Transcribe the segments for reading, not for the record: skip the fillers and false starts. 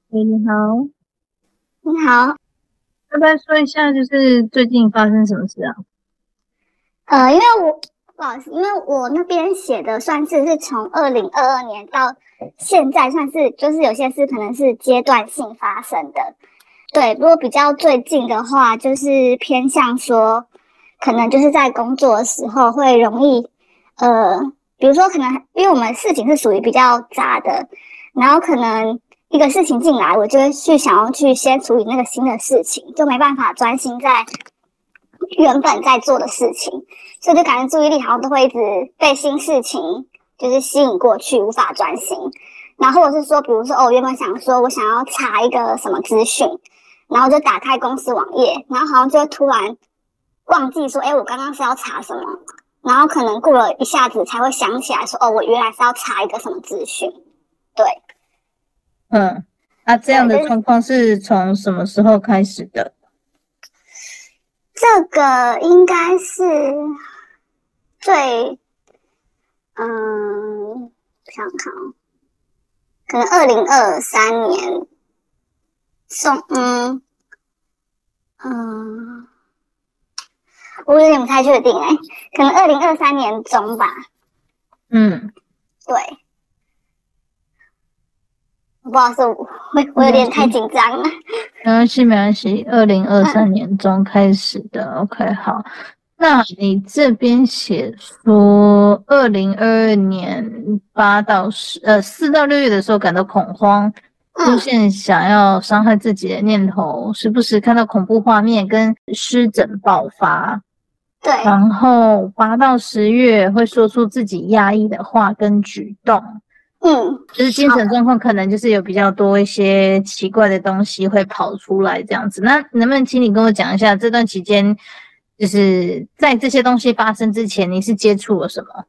喂，你好， 你好， 要不要说一下，就是最近发生什么事啊？ 因为不好意思，因为我那边写的算是从2022年到现在，算是就是有些事可能是阶段性发生的。对，如果比较最近的话，就是偏向说，可能就是在工作的时候会容易，呃，比如说可能因为我们事情是属于比较杂的，然后可能一个事情进来，我就会去想要去先处理那个新的事情，就没办法专心在原本在做的事情，所以就感觉注意力好像都会一直被新事情就是吸引过去，无法专心。然后或者是说，比如说原本想说我想要查一个什么资讯，然后就打开公司网页，然后好像就会突然忘记说，我刚刚是要查什么，然后可能过了一下子才会想起来说，我原来是要查一个什么资讯。对嗯，这样对， 的状况是从什么时候开始的？ 这个应该是最想想看可能2023年送嗯，我有点不太确定可能2023年中吧。 嗯， 对，不好意思，我有点太没关系， 紧张了。 没关系，没关系。2023 嗯年中开始的，OK，好。那你这边写说，2022年4到6月的时候感到恐慌，出嗯， 现想要伤害自己的念头，时不时看到恐怖画面跟湿疹爆发。 对， 然后8到10月会说出自己压抑的话跟举动， 嗯， 就是精好的。 神状况可能就是有比较多一些奇怪的东西会跑出来这样子。那能不能请你跟我讲一下这段期间，就是在这些东西发生之前，你是接触了什么？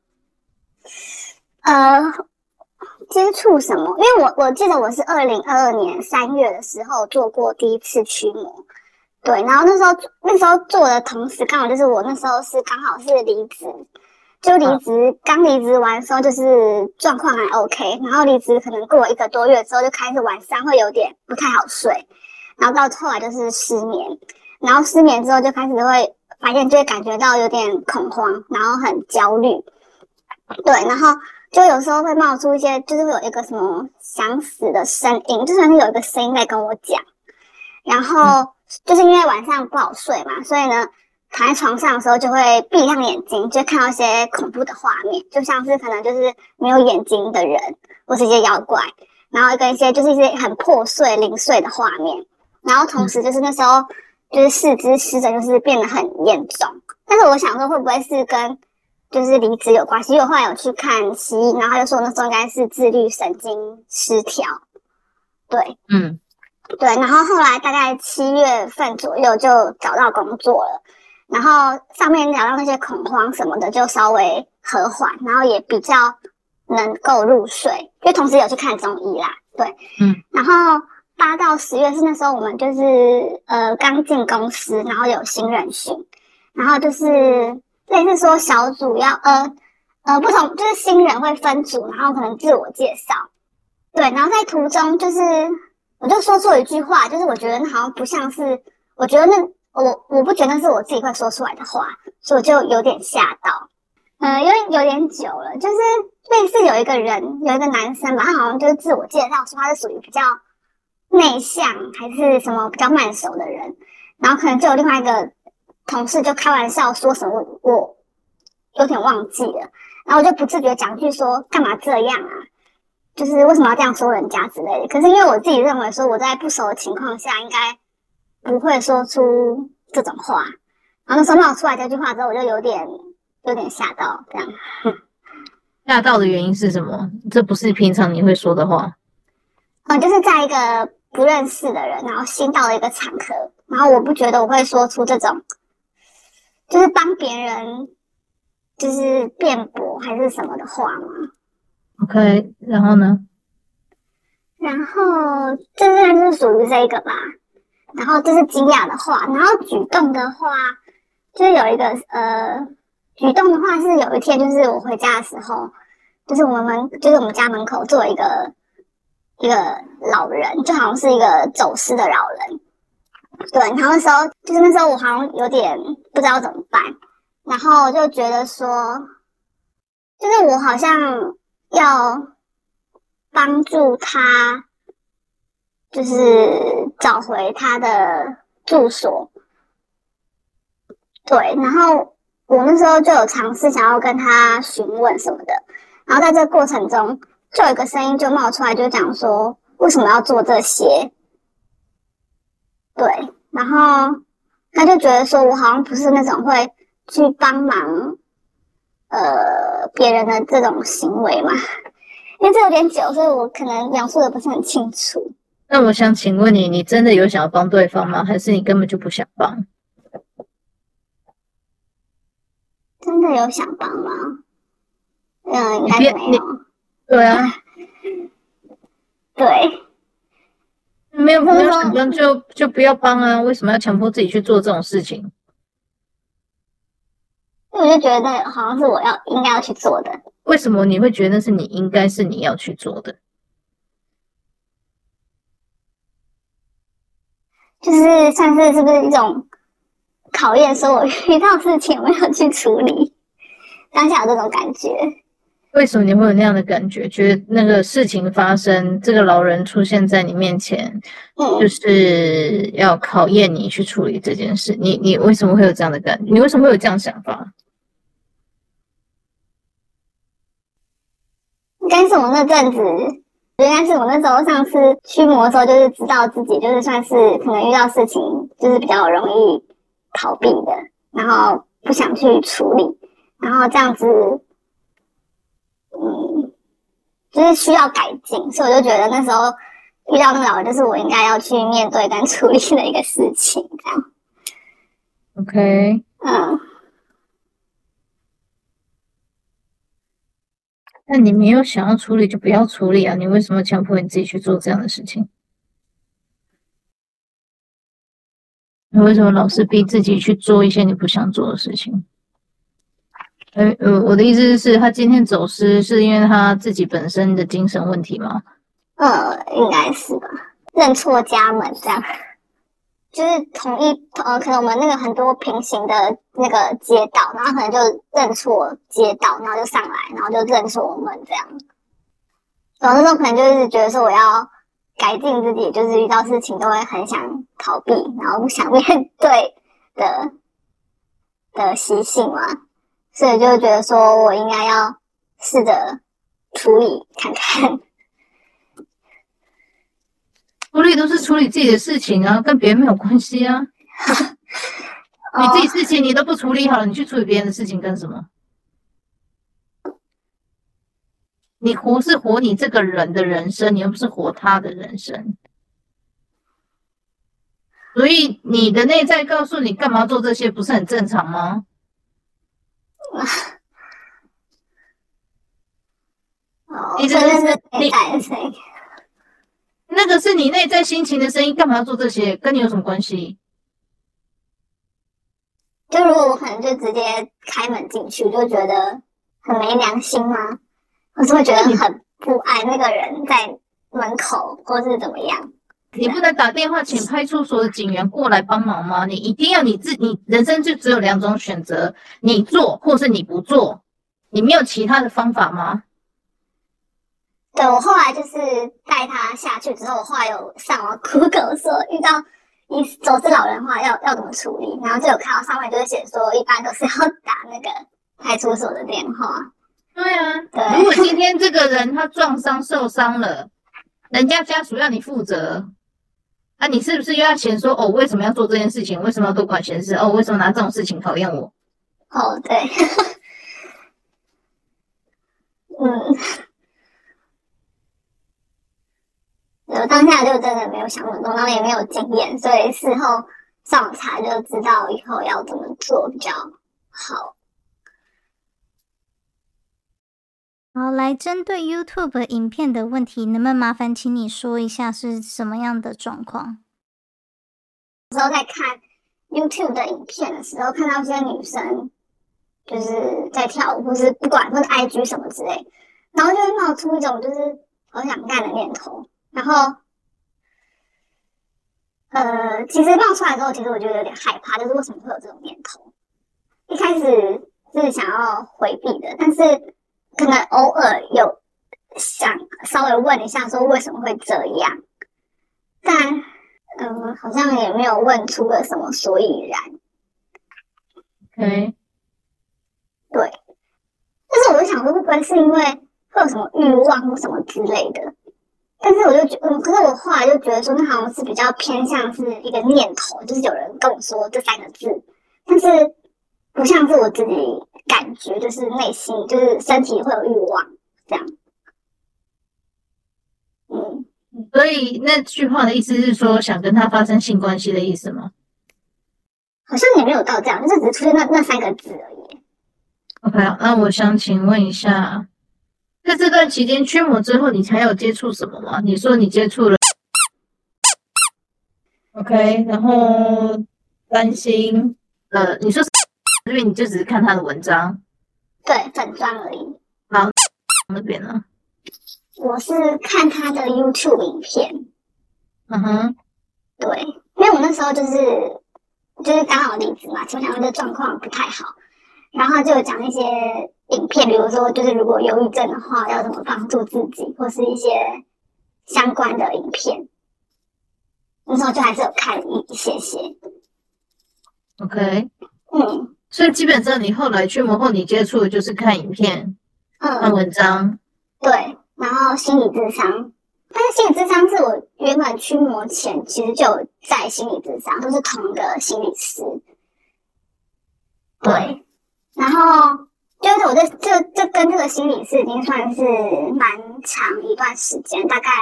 呃，接触什么？因为我记得我是2022年3月的时候做过第一次驱魔。对，然后那时候做的同时，刚好就是我那时候是刚好是离职，就刚离职完的时候，就是状况还 OK，然后离职可能过了1个多月之后，就开始晚上会有点不太好睡，然后到后来就是失眠，然后失眠之后就开始会发现就会感觉到有点恐慌，然后很焦虑。对，然后就有时候会冒出一些，就是会有一个什么想死的声音，就算是有一个声音在跟我讲。然后就是因为晚上不好睡嘛，所以呢，躺在床上的时候就会闭上眼睛，就会看到一些恐怖的画面，就像是可能就是没有眼睛的人，或是一些妖怪，然后跟一些很破碎零碎的画面，然后同时就是那时候就是四肢湿疹就是变得很严重，但是我想说会不会是跟就是离职有关系，因为我后来有去看西医，然后他就说那时候应该是自律神经失调。对， 嗯对，然后后来大概7月份左右就找到工作了，然后上面聊到那些恐慌什么的就稍微和缓，然后也比较能够入睡，因为同时有去看中医啦。对， 嗯然后8到10月是那时候我们就是刚进公司，然后有新人训，然后就是类似说小组要不同就是新人会分组，然后可能自我介绍。对，然后在途中就是我就说错一句话，就是我觉得那好像不像是，我觉得我不觉得那是我自己会说出来的话，所以我就有点吓到。因为有点久了，就是类似有一个人，有一个男生吧，他好像就是自我介绍说他是属于比较内向还是什么比较慢熟的人，然后可能就有另外一个同事就开玩笑说什么我有点忘记了，然后我就不自觉讲句说干嘛这样啊，就是为什么要这样说人家之类的。可是因为我自己认为说我在不熟的情况下应该不会说出这种话，然后那时候冒出来这句话之后，我就有点吓到这样。 吓到的原因是什么？这不是平常你会说的话。 就是在一个不认识的人，然后新到了一个场合，然后我不觉得我会说出这种就是帮别人就是辩驳还是什么的话嘛。 OK，然后呢？ 然后就是属于这一个吧。然后这是惊讶的话，然后举动的话，就是有一个举动的话是有一天就是我回家的时候，就是我们家门口做一个一个老人，就好像是一个走失的老人。对，然后那时候我好像有点不知道怎么办，然后我就觉得说，就是我好像要帮助他，就是找回他的住所。对，然后我那时候就有尝试想要跟他询问什么的，然后在这个过程中，就有一个声音就冒出来，就讲说为什么要做这些？对，然后他就觉得说我好像不是那种会去帮忙别人的这种行为嘛，因为这有点久，所以我可能描述的不是很清楚。 那我想请问你，你真的有想要帮对方吗？还是你根本就不想帮？ 真的有想帮吗？应该没有。 对啊， 对， 没有想帮就不要帮啊！为什么要强迫自己去做这种事情？ 因为我就觉得好像是应该要去做的。 为什么你会觉得那是你要去做的？ 就是算是不是一种考验，说我遇到事情有没有去处理，当下有这种感觉。 为什么你会有那样的感觉？觉得那个事情发生，这个老人出现在你面前，就是要考验你去处理这件事。你为什么会有这样的感觉？你为什么会有这样的想法？ 应该是我那阵子，应该是我那时候上次驱魔的时候，就是知道自己就是算是可能遇到事情就是比较容易逃避的，然后不想去处理，然后这样子，就是需要改进，所以我就觉得那时候遇到那个老人，就是我应该要去面对跟处理的一个事情，这样。 OK，那你没有想要处理就不要处理啊！你为什么强迫你自己去做这样的事情？你为什么老是逼自己去做一些你不想做的事情？我的意思是，他今天走失是因为他自己本身的精神问题吗？ 应该是吧，认错家门这样。就是可能我们那个很多平行的那个街道，然后可能就认错街道，然后就上来，然后就认错我们这样。然后那时候可能就是觉得说我要改进自己，就是遇到事情都会很想逃避，然后不想面对的习性嘛，所以就觉得说我应该要试着处理看看。 处理都是处理自己的事情啊，跟别人没有关系啊。你自己事情你都不处理好了，你去处理别人的事情干什么？你活是活你这个人的人生，你又不是活他的人生。所以你的内在告诉你干嘛做这些，不是很正常吗？ 你真的是内在的声音。 那个是你内在心情的声音，干嘛要做这些？跟你有什么关系？ 就如果我可能就直接开门进去，就觉得很没良心吗？我是会觉得很不爱那个人在门口，或是怎么样。 你不能打电话请派出所的警员过来帮忙吗？你一定要你人生就只有2种选择，你做或是你不做，你没有其他的方法吗？ 对，我后来就是带他下去之后，我后来有上网 Google 说遇到走失老人的话要怎么处理，然后就有看到上面就是写说一般都是要打那个派出所的电话。 对啊， 对。 如果今天这个人他撞伤受伤了，人家家属要你负责，那你是不是又要钱说为什么要做这件事情？为什么要多管闲事？为什么拿这种事情考验我？ 对。我当下就真的没有想那么多，然后也没有经验，所以事后上网查就知道以后要怎么做比较好。 好，来针对 YouTube 影片的问题，能不能麻烦请你说一下是什么样的状况？ 有时候在看 YouTube 的影片的时候，看到一些女生就是在跳舞，或是 IG 什么之类，然后就会冒出一种就是好想干的念头。 然后其实冒出来之后，其实我觉得有点害怕，就是为什么会有这种念头？一开始是想要回避的，但是可能偶尔有想稍微问一下说为什么会这样，但好像也没有问出个什么所以然。 OK， 对，但是我就想说，会不会是因为会有什么欲望或什么之类的？但是我就觉得，可是我后来就觉得说，那好像是比较偏向是一个念头，就是有人跟我说这3个字，但是不像是我自己感觉，就是内心，就是身体会有欲望这样。 所以那句话的意思是说想跟他发生性关系的意思吗？ 好像也没有到这样，就是只出现那3个字而已。 OK， 那我想请问一下，在这段期间驱魔之后，你还有接触什么吗？你说你接触了 ，OK， 然后担心，你说是因为你就只是看他的文章， 对，粉砖而已。 好，那边呢？ 我是看他的 YouTube 影片。 嗯哼， 对，因为我那时候就是刚好离职嘛，情绪的状况不太好，然后就有讲一些影片，比如说就是如果忧郁症的话要怎么帮助自己，或是一些相关的影片。那时候就还是有看一些。 OK， 所以基本上你后来驱魔后，你接触的就是看影片、看文章， 对，然后心理咨商。但是心理咨商是我原本驱魔前其实就有在心理咨商，都是同一个心理师。对，然后就是我这跟这个心理师已经算是蛮长一段时间，大概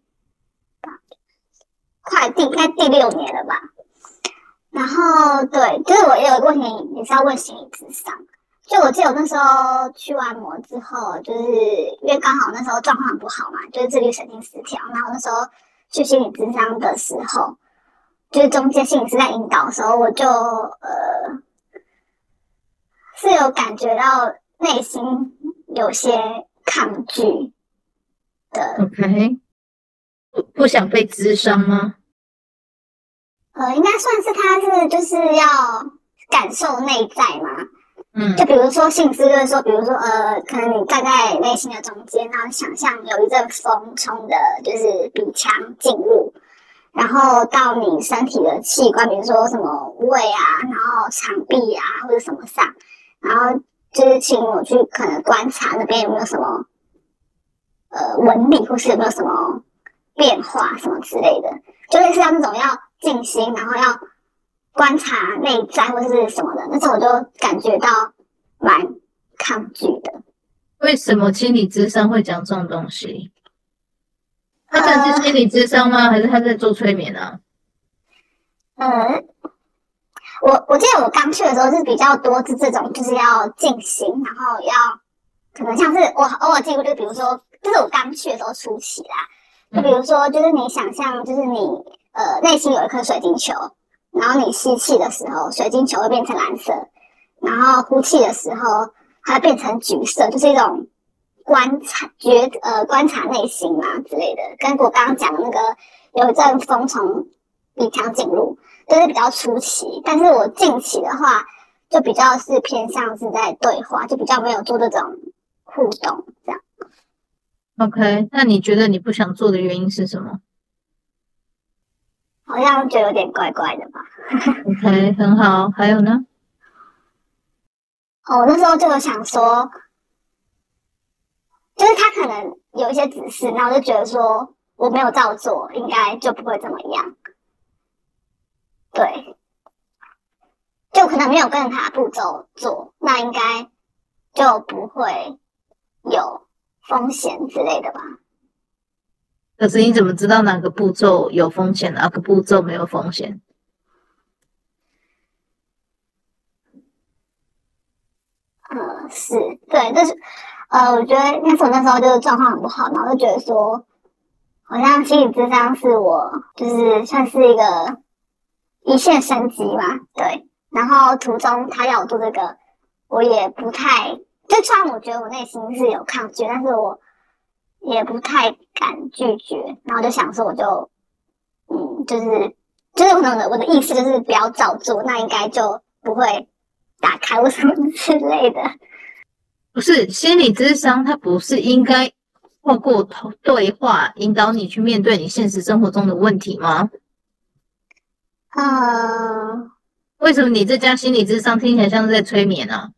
应该第6年了吧。然后对，就是我也有问题也是要问心理咨商。就我记得我那时候驱完魔之后，就是因为刚好那时候状况不好嘛，就是自律神经失调。然后那时候去心理咨商的时候，就是中间心理师在引导的时候，我就是有感觉到内心有些抗拒的。 OK， 不想被咨商吗？ 应该算是他是就是要感受内在嘛。就比如说心理师就是说，比如说可能你站在内心的中间，然后想象有一阵风从的就是鼻腔进入，然后到你身体的器官，比如说什么胃啊，然后肠壁啊或者什么上，然后就是请我去可能观察那边有没有什么纹理，或是有没有什么变化什么之类的，就类似像那种要静心，然后要观察内在或是什么的，那时候我就感觉到蛮抗拒的。 为什么心理咨商会讲这种东西？他真的是心理咨商吗？还是他在做催眠啊？ 我记得我刚去的时候是比较多是这种，就是要静心，然后要可能像是我偶尔记录，就比如说，就是我刚去的时候初期啦，就比如说，就是你想象，就是你内心有一颗水晶球。然后你吸气的时候，水晶球会变成蓝色，然后呼气的时候，它会变成橘色，就是一种观察内心嘛之类的。跟我刚刚讲的那个有一阵风从鼻腔进入，就是比较初期。但是我近期的话，就比较是偏向是在对话，就比较没有做这种互动这样。 OK， 那你觉得你不想做的原因是什么？ 好像觉得有点怪怪的吧。 OK， 很好。还有呢？ 我那时候就有想说，就是他可能有一些指示，然后我就觉得说我没有照做，应该就不会怎么样。对，就可能没有跟着他步骤做，那应该就不会有风险之类的吧。 可是你怎么知道哪个步骤有风险，哪个步骤没有风险？ 是，对，就是我觉得那时候就是状况很不好，然后就觉得说，好像心理咨商是我就是算是一个一线生机嘛，对。然后途中他要我做这个，我也不太，就虽然我觉得我内心是有抗拒，但是我也不太敢拒绝，然后就想说我就就是我的意思就是不要照做，那应该就不会打开或什么之类的。 不是心理咨商，它不是应该透过对话引导你去面对你现实生活中的问题吗？为什么你这家心理咨商听起来像是在催眠啊？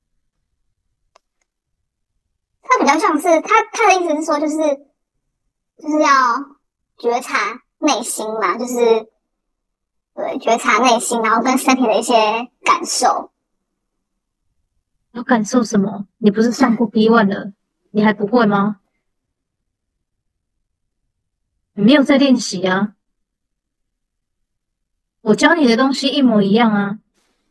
他比较像是他的意思是说，就是要觉察内心嘛，就是对觉察内心，然后跟身体的一些感受。 有感受什么？你不是上过 B1 了，你还不会吗？你没有在练习啊。我教你的东西一模一样啊，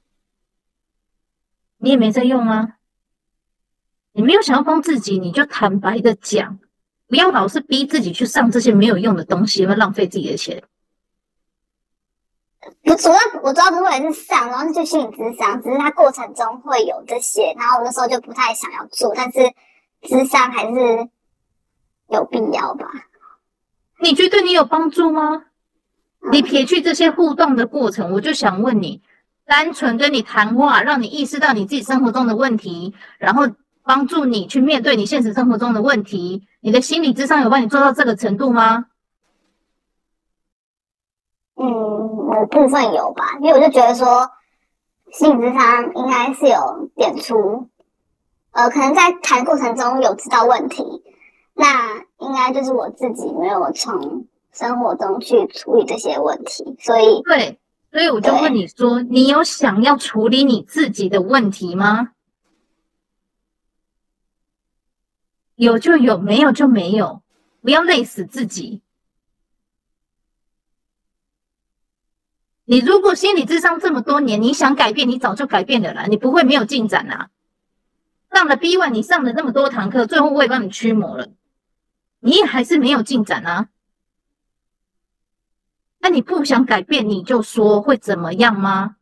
你也没在用啊。你没有想要帮自己，你就坦白的讲，不要老是逼自己去上这些没有用的东西，会浪费自己的钱。 我主要不会是上，然后就心理咨商，只是它过程中会有这些，然后我那时候就不太想要做，但是咨商还是有必要吧？ 你觉得你有帮助吗？你撇去这些互动的过程，我就想问你，单纯跟你谈话，让你意识到你自己生活中的问题，然后帮助你去面对你现实生活中的问题，你的心理咨商有帮你做到这个程度吗？ 某部分有吧，因为我就觉得说，心理咨商应该是有点出，可能在谈过程中有知道问题，那应该就是我自己没有从生活中去处理这些问题，所以对，所以我就问你说，你有想要处理你自己的问题吗？有就有，没有就没有，不要累死自己。你如果心理咨商这么多年，你想改变，你早就改变了啦，你不会没有进展啦。上了 B1，你上了那么多堂课，最后我也帮你驱魔了，你也还是没有进展啊。那你不想改变，你就说会怎么样吗？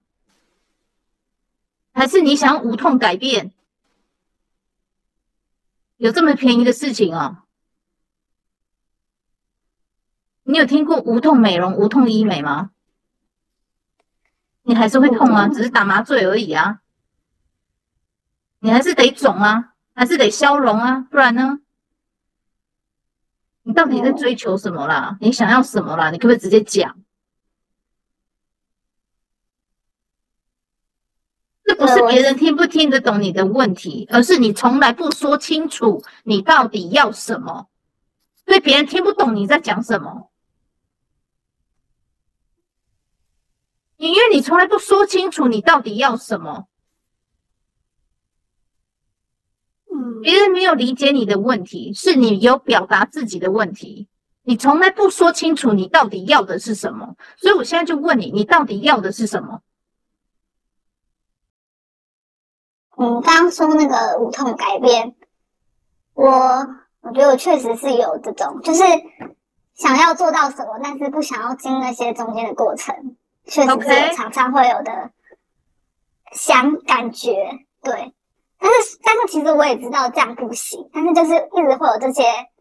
还是你想无痛改变？有这么便宜的事情哦？你有听过无痛美容、无痛医美吗？你还是会痛啊，只是打麻醉而已啊。你还是得肿啊，还是得消融啊，不然呢？你到底在追求什么啦？你想要什么啦？你可不可以直接讲？这不是别人听不听得懂你的问题，而是你从来不说清楚你到底要什么，所以别人听不懂你在讲什么。因为你从来不说清楚你到底要什么，别人没有理解你的问题，是你有表达自己的问题。你从来不说清楚你到底要的是什么，所以我现在就问你，你到底要的是什么？ 刚刚说那个无痛改变，我觉得我确实是有这种，就是想要做到什么，但是不想要经那些中间的过程，确实是我常常会有的感觉，对。但是其实我也知道这样不行，但是就是一直会有这些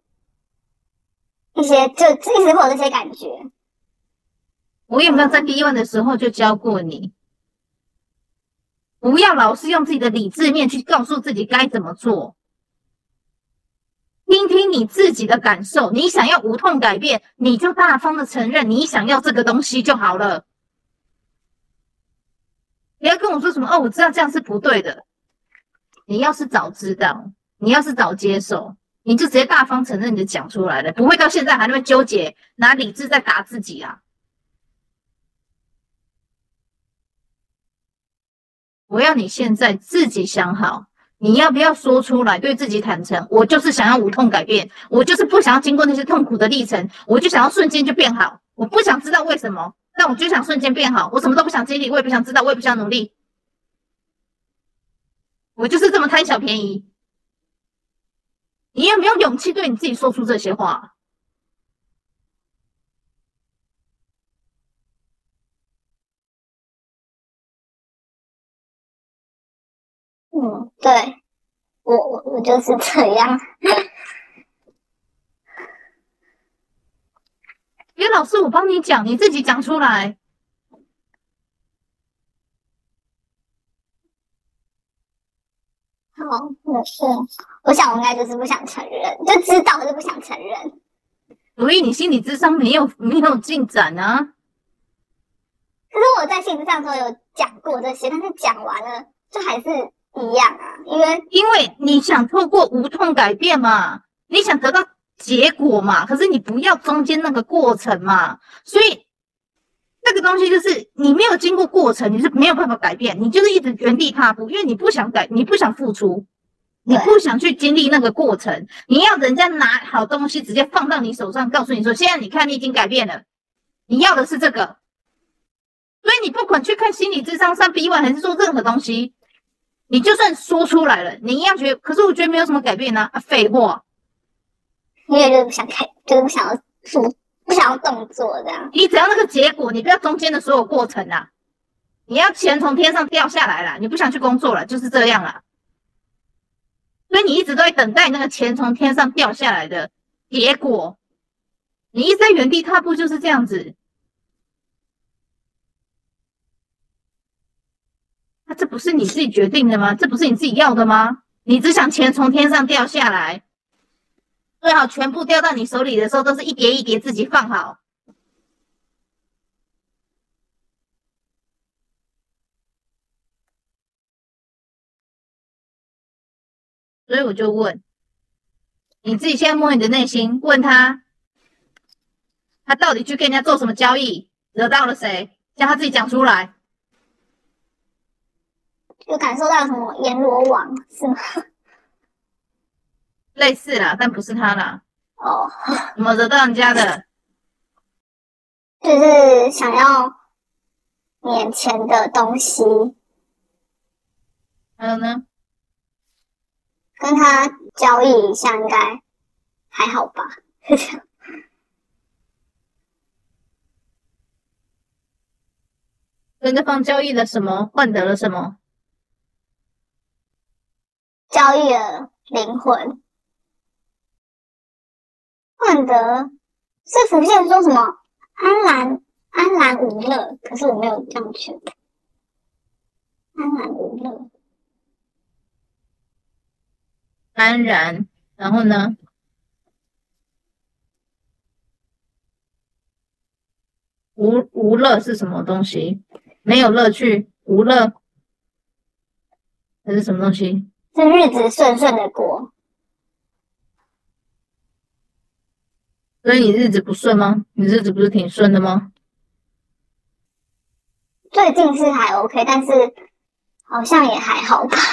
就一直会有这些感觉。 我有没有在B1的时候就教过你？不要老是用自己的理智面去告诉自己该怎么做，听听你自己的感受。你想要无痛改变，你就大方的承认你想要这个东西就好了。不要跟我说什么哦，我知道这样是不对的。你要是早知道，你要是早接受，你就直接大方承认，你就讲出来了，不会到现在还那么纠结，拿理智在打自己啊。我要你现在自己想好，你要不要说出来，对自己坦诚，我就是想要无痛改变，我就是不想要经过那些痛苦的历程，我就想要瞬间就变好，我不想知道为什么，但我就想瞬间变好，我什么都不想经历，我也不想知道，我也不想努力，我就是这么贪小便宜。你有没有勇气对你自己说出这些话？ 对，我就是这样。 老师我帮你讲，你自己讲出来。 好，我想我应该就是不想承认，就知道可是不想承认。 所以你心理智商没有进展啊。 可是我在心理智商的时候有讲过这些，但是讲完了就还是一样啊，因为你想透过无痛改变嘛，你想得到结果嘛，可是你不要中间那个过程嘛，所以这个东西就是你没有经过过程，你是没有办法改变，你就是一直原地踏步，因为你不想改，你不想付出，你不想去经历那个过程，你要人家拿好东西直接放到你手上，告诉你说，现在你看你已经改变了，你要的是这个，所以你不管去看心理智商3B1还是做任何东西，你就算说出来了，你一样觉得，可是我觉得没有什么改变啊，废话， 因为就是不想改，就是不想要付。不想要动作这样， 你只要那个结果，你不要中间的所有过程啊！你要钱从天上掉下来了，你不想去工作了，就是这样啦。所以你一直都在等待那个钱从天上掉下来的结果，你一直在原地踏步，就是这样子。那这不是你自己决定的吗？这不是你自己要的吗？你只想钱从天上掉下来。最好全部掉到你手里的时候，都是一叠一叠自己放好。所以我就问你自己，现在摸你的内心，问他到底去跟人家做什么交易，惹到了谁，叫他自己讲出来。 有感受到什么阎罗王是吗？ 类似啦，但不是他啦。 哦， 怎么惹到人家的？ 就是想要免钱的东西。 还有呢？ 跟他交易一下，应该还好吧？ 跟对方交易了什么？换得了什么？ 交易了灵魂。换得是浮现说什么安然无乐，可是我没有这样觉得。安然无乐， 安然，然后呢？无乐是什么东西？没有乐趣，无乐，这是什么东西？ 是日子顺顺的过。 所以你日子不顺吗？你日子不是挺顺的吗？ 最近是还 OK，但是好像也还好吧。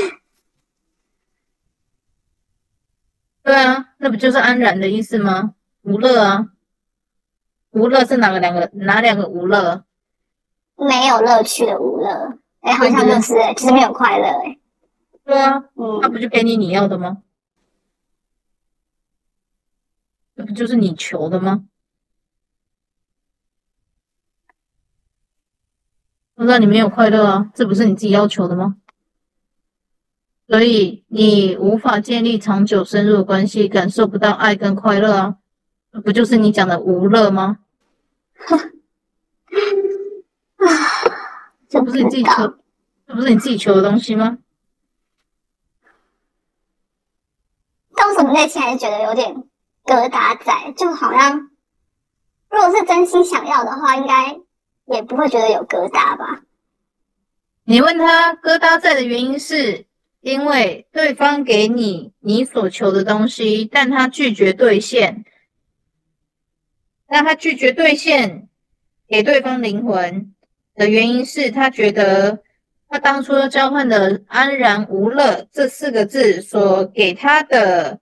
对啊，那不就是安然的意思吗？无乐啊，无乐是哪两个无乐？ 没有乐趣的无乐，好像就是没有快乐对啊，那不就给你要的吗？那不就是你求的吗？我知道你没有快乐啊，这不是你自己要求的吗？所以你无法建立长久深入的关系，感受不到爱跟快乐啊，不就是你讲的无乐吗？这不是你自己求，这不是你自己求的东西吗？ 但为什么内心还是觉得有点疙瘩在？就好像如果是真心想要的话，应该也不会觉得有疙瘩吧？ 你问他疙瘩在的原因是因为对方给你所求的东西，但他拒绝兑现。那他拒绝兑现给对方灵魂的原因是他觉得他当初交换的安然无乐这4个字所给他的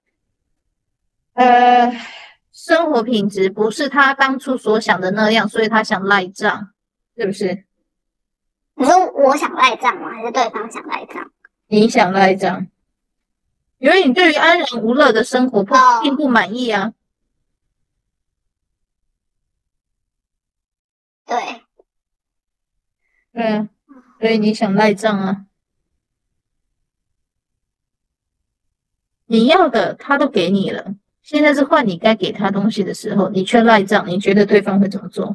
生活品质不是他当初所想的那样，所以他想赖账，是不是？ 你说我想赖账吗？还是对方想赖账？ 你想赖账，因为你对于安然无乐的生活并不满意啊。 对， 对啊，所以你想赖账啊。你要的他都给你了， 现在是换你该给他东西的时候，你却赖账，你觉得对方会怎么做？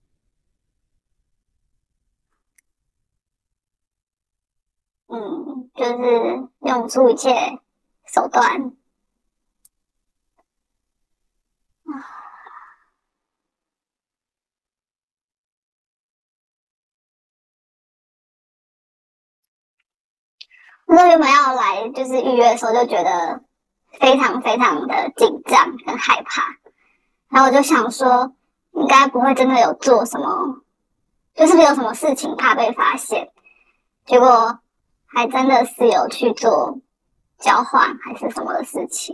就是用出一切手段。那原本要来就是预约的时候，就觉得非常非常的紧张跟害怕，然后我就想说，应该不会真的有做什么，就是不是有什么事情怕被发现，结果还真的是有去做交换还是什么的事情。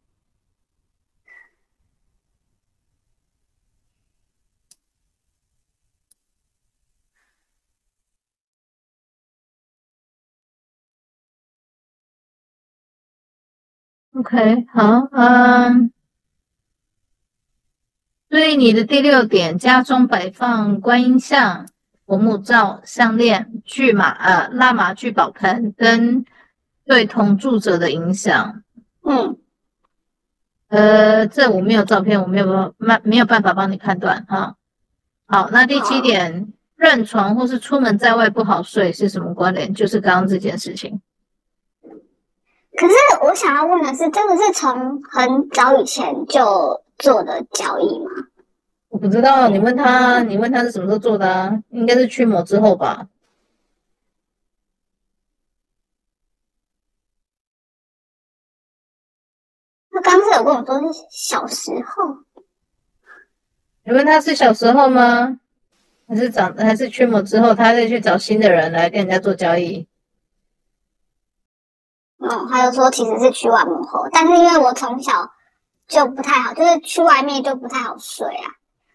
OK， 好，所以你的第6点，家中摆放观音像、佛母照、项链、蜡马聚宝盆跟对同住者的影响。这我没有照片，我没有办法帮你判断哈。好，那第7点，认床或是出门在外不好睡是什么关联？就是刚刚这件事情。 可是我想要问的是，真的是从很早以前就做的交易吗？ 我不知道，你问他是什么时候做的啊？应该是驱魔之后吧。 他刚是有跟我说是小时候。 你问他是小时候吗？还是驱魔之后，他再去找新的人来跟人家做交易？ 他就说其实是驱完魔后，但是因为我从小就不太好，就是去外面就不太好睡啊。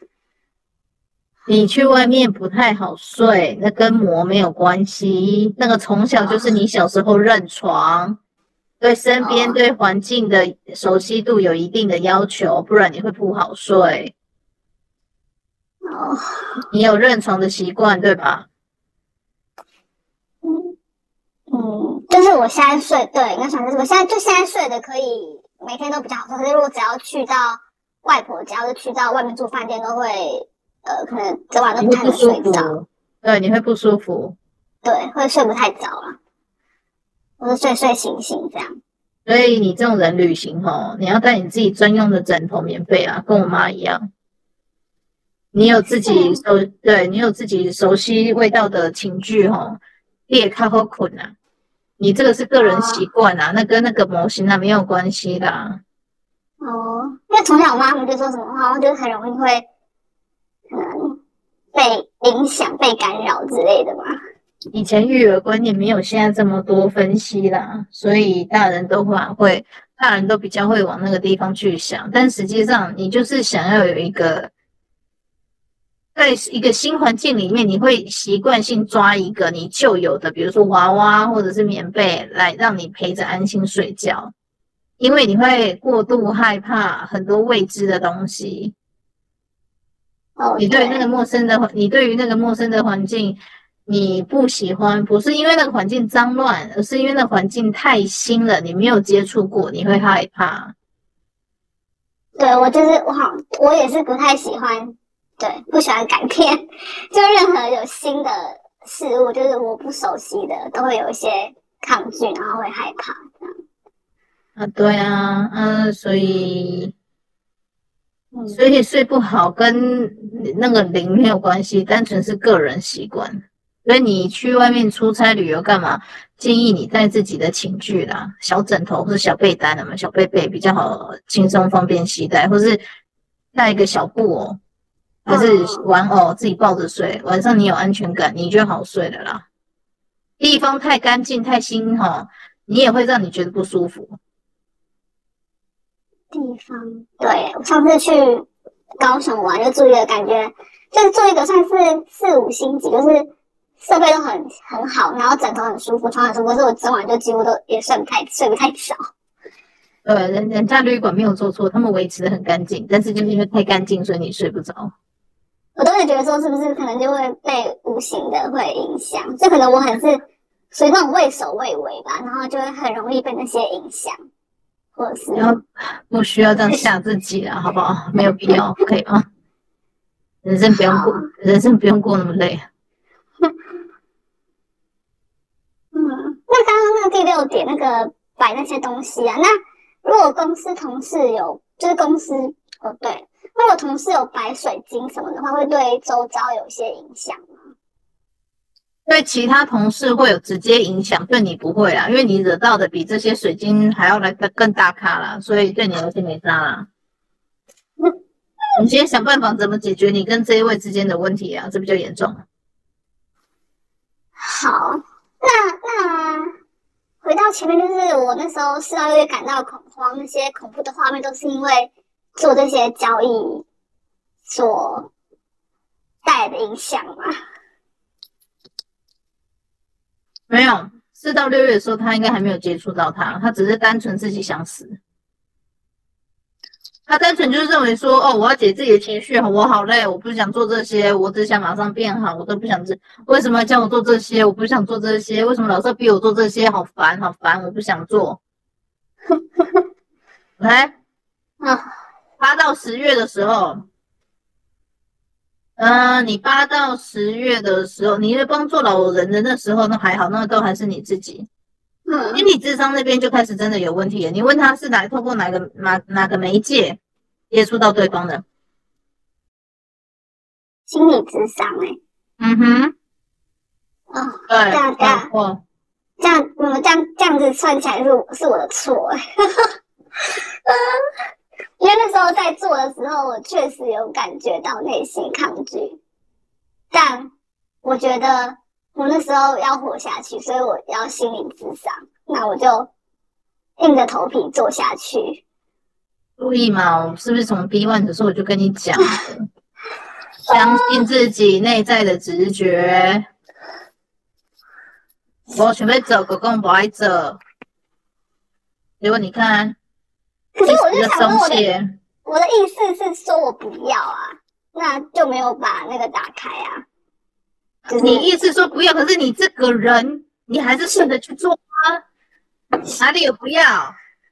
你去外面不太好睡，那跟魔没有关系。那个从小就是你小时候认床，对身边对环境的熟悉度有一定的要求，不然你会不好睡。你有认床的习惯对吧？ 就是我现在睡，对，应该算是我现在睡的可以每天都比较好睡。可是如果只要去到外婆家，或者去到外面住饭店，都会可能整晚都不太能睡着。 对，你会不舒服。 对，会睡不太着啦，或是睡睡醒醒这样。 所以你这种人旅行你要带你自己专用的枕头、棉被啊，跟我妈一样。你有自己你有自己熟悉味道的寝具你也较好困啊。你这个是个人习惯啊，那跟那个模型没有关系啦。 因为从小我妈他们就说什么话，我觉得很容易会可能被影响、被干扰之类的嘛。 以前育儿观念没有现在这么多分析啦，所以大人都比较会往那个地方去想，但实际上你就是想要有一个。在一个新环境里面，你会习惯性抓一个你旧有的，比如说娃娃或者是棉被来让你陪着安心睡觉，因为你会过度害怕很多未知的东西。你对于那个陌生的环境你不喜欢，不是因为那个环境脏乱，而是因为那个环境太新了，你没有接触过，你会害怕。 对，我也是不太喜欢。对，不喜欢改变，就任何有新的事物，就是我不熟悉的，都会有一些抗拒，然后会害怕这样。 对啊，所以睡不好跟那个灵没有关系，单纯是个人习惯。所以你去外面出差旅游干嘛？建议你带自己的寝具啦，小枕头或者小被单小被被比较好，轻松方便携带，或是带一个小布还是玩偶自己抱着睡，晚上你有安全感，你就好睡了啦。地方太干净太新你也会让你觉得不舒服。 地方，对，我上次去高雄玩就住一个感觉，就是住一个算是4、5星级，就是设备都很好，然后枕头很舒服，床很舒服，可是我整晚就几乎都也睡不太着。 人家旅馆没有做错，他们维持得很干净，但是就是因为太干净，所以你睡不着。 我都会觉得说，是不是可能就会被无形的会影响？就可能我很是属于那种畏首畏尾吧，然后就会很容易被那些影响， 或者是不需要这样吓自己了，好不好？没有必要，可以吗？人生不用过那么累。 那刚刚那个第6点那个摆那些东西啊，那如果公司同事有，就是公司对，如果同事有摆水晶什么的话，会对周遭有一些影响吗？ 对其他同事会有直接影响，对你不会啦，因为你惹到的比这些水晶还要来得更大咖啦，所以对你而言没差啦。你先想办法怎么解决你跟这一位之间的问题啊，这比较严重。 好，那回到前面，就是我那时候4到6月感到恐慌，那些恐怖的画面都是因为做这些交易所带来的影响嘛？ 没有，4到6月的时候他应该还没有接触到他只是单纯自己想死。他单纯就是认为说，我要解自己的情绪，我好累，我不想做这些，我只想马上变好，我都不想为什么要叫我做这些？我不想做这些，为什么老是逼我做这些？好烦，好烦，我不想做。来，8到10月的时候，你8到10月的时候，你在帮助老人的那时候，那还好，那都还是你自己。心理智商那边就开始真的有问题了。你问他是透过哪个媒介接触到对方的？ 心理智商对， 这样子算起来是我的错因为那时候在做的时候，我确实有感觉到内心抗拒，但我觉得我那时候要活下去，所以我要心理智商，那我就硬着头皮做下去。 注意嘛，我是不是从 B1 的时候我就跟你讲了，相信自己内在的直觉。我准备走，狗狗不爱走。结果你看， 可是我就想说我的意思是说我不要啊，那就没有把那个打开啊。就是、 你意思说不要，可是你这个人，你还是顺着去做啊？哪里有不要？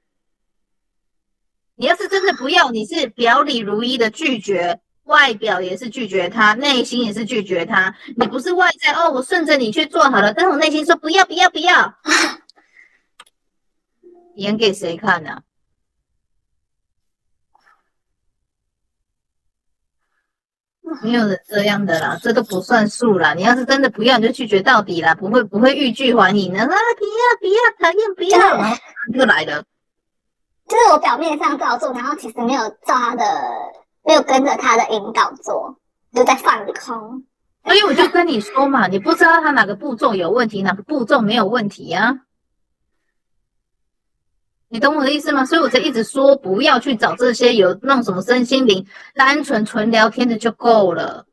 你要是真的不要，你是表里如一的拒绝，外表也是拒绝他，内心也是拒绝他。你不是外在我顺着你去做好了，但是我内心说不要不要不要，演给谁看呢？没有人这样的啦，这都不算数啦。你要是真的不要，你就拒绝到底啦，不会欲拒还迎的。不要不要，讨厌不要，然后就来了。 就是我表面上照做，然后其实没有跟着他的引导做，就在放空。 所以我就跟你说嘛，你不知道他哪个步骤有问题，哪个步骤没有问题啊？你懂我的意思吗？所以我才一直说不要去找这些有那种什么身心灵，单纯纯聊天的就够了。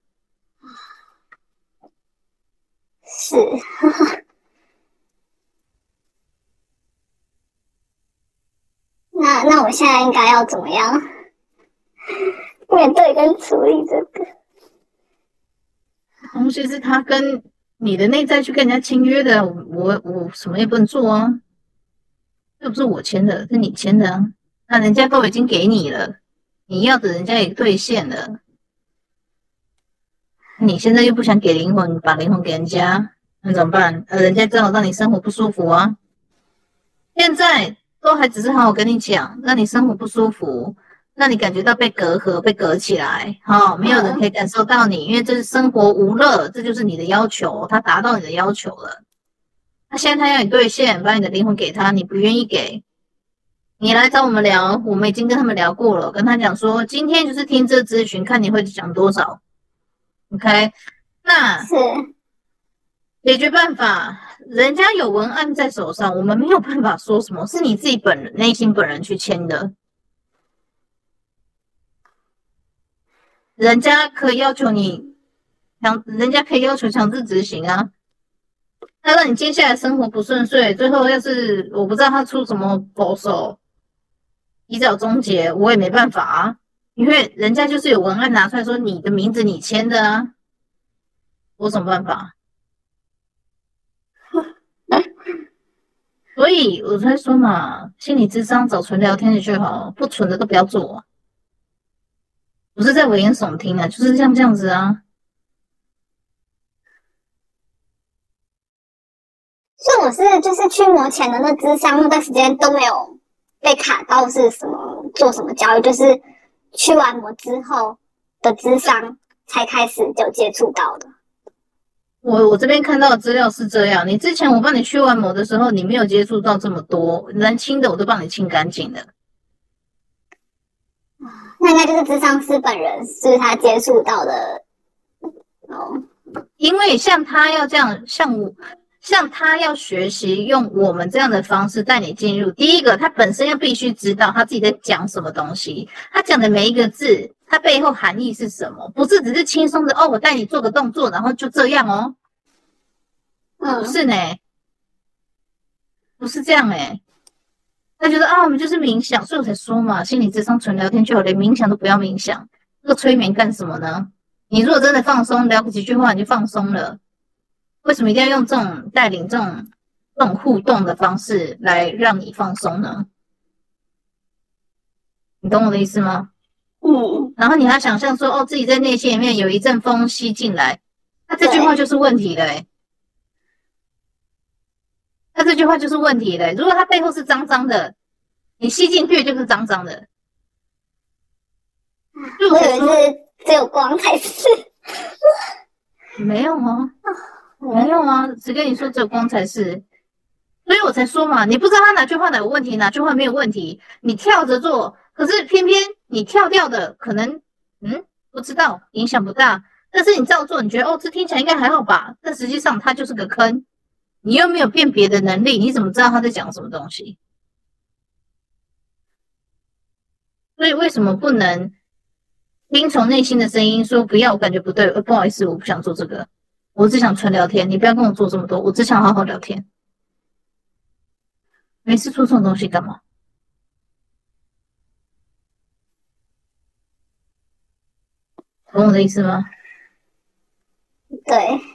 是。那我现在应该要怎么样面对跟处理这个东西？是他跟你的内在去跟人家签约的，我什么也不能做啊。又不是我签的，是你签的啊。那人家都已经给你了，你要的人家也兑现了，你现在又不想给灵魂，把灵魂给人家，那怎么办？人家正好让你生活不舒服啊。现在都还只是好好跟你讲，让你生活不舒服，让你感觉到被隔阂、被隔起来，没有人可以感受到你，因为这是生活无乐，这就是你的要求，他达到你的要求了。那现在他要你兑现，把你的灵魂给他，你不愿意给，你来找我们聊，我们已经跟他们聊过了，跟他讲说，今天就是听这咨询，看你会讲多少。OK， 那是解决办法，人家有文案在手上，我们没有办法说什么，是你自己内心本人去签的。人家可以要求你人家可以要求强制执行啊。那让你接下来生活不顺遂，最后要是我不知道他出什么保守，提早终结，我也没办法啊，因为人家就是有文案拿出来说你的名字你签的啊，我有什么办法？ 所以我才说嘛，心理咨商找纯聊天的就好，不纯的都不要做啊。不是在危言耸听啊，就是像这样子啊。 所以我是就是驱魔前的那咨商那段时间都没有被卡到是什么做什么教育，就是驱完魔之后的咨商才开始就接触到的。 我这边看到的资料是这样，你之前我帮你驱完魔的时候，你没有接触到这么多，能清的我都帮你清干净了。 那应该就是咨商师本人是他接触到的哦。 因为像他要这样，像他要学习用我们这样的方式带你进入。第一个，他本身要必须知道他自己在讲什么东西，他讲的每一个字，它背后含义是什么，不是只是轻松的哦，我带你做个动作，然后就这样哦。不是呢，不是这样哎。他觉得啊，我们就是冥想，所以我才说嘛，心理咨商纯聊天就好，连冥想都不要冥想，这个催眠干什么呢？你如果真的放松，聊几句话你就放松了。为什么一定要用这种带领这种互动的方式来让你放松呢？你懂我的意思吗？然后你还想象说，哦，自己在内心里面有一阵风吸进来，那这句话就是问题了欸。那这句话就是问题了欸。如果它背后是脏脏的，你吸进去就是脏脏的。 我以为是只有光才是。 没有啊，没有啊，只跟你说只有光才是。所以我才说嘛，你不知道他哪句话哪有问题，哪句话没有问题，你跳着做，可是偏偏你跳掉的可能，不知道，影响不大。但是你照做，你觉得哦，这听起来应该还好吧？但实际上它就是个坑，你又没有辨别的能力，你怎么知道他在讲什么东西？所以为什么不能听从内心的声音说不要？我感觉不对，不好意思，我不想做这个，我只想纯聊天，你不要跟我做这么多，我只想好好聊天。每次做这种东西干嘛？懂我的意思吗？ 对，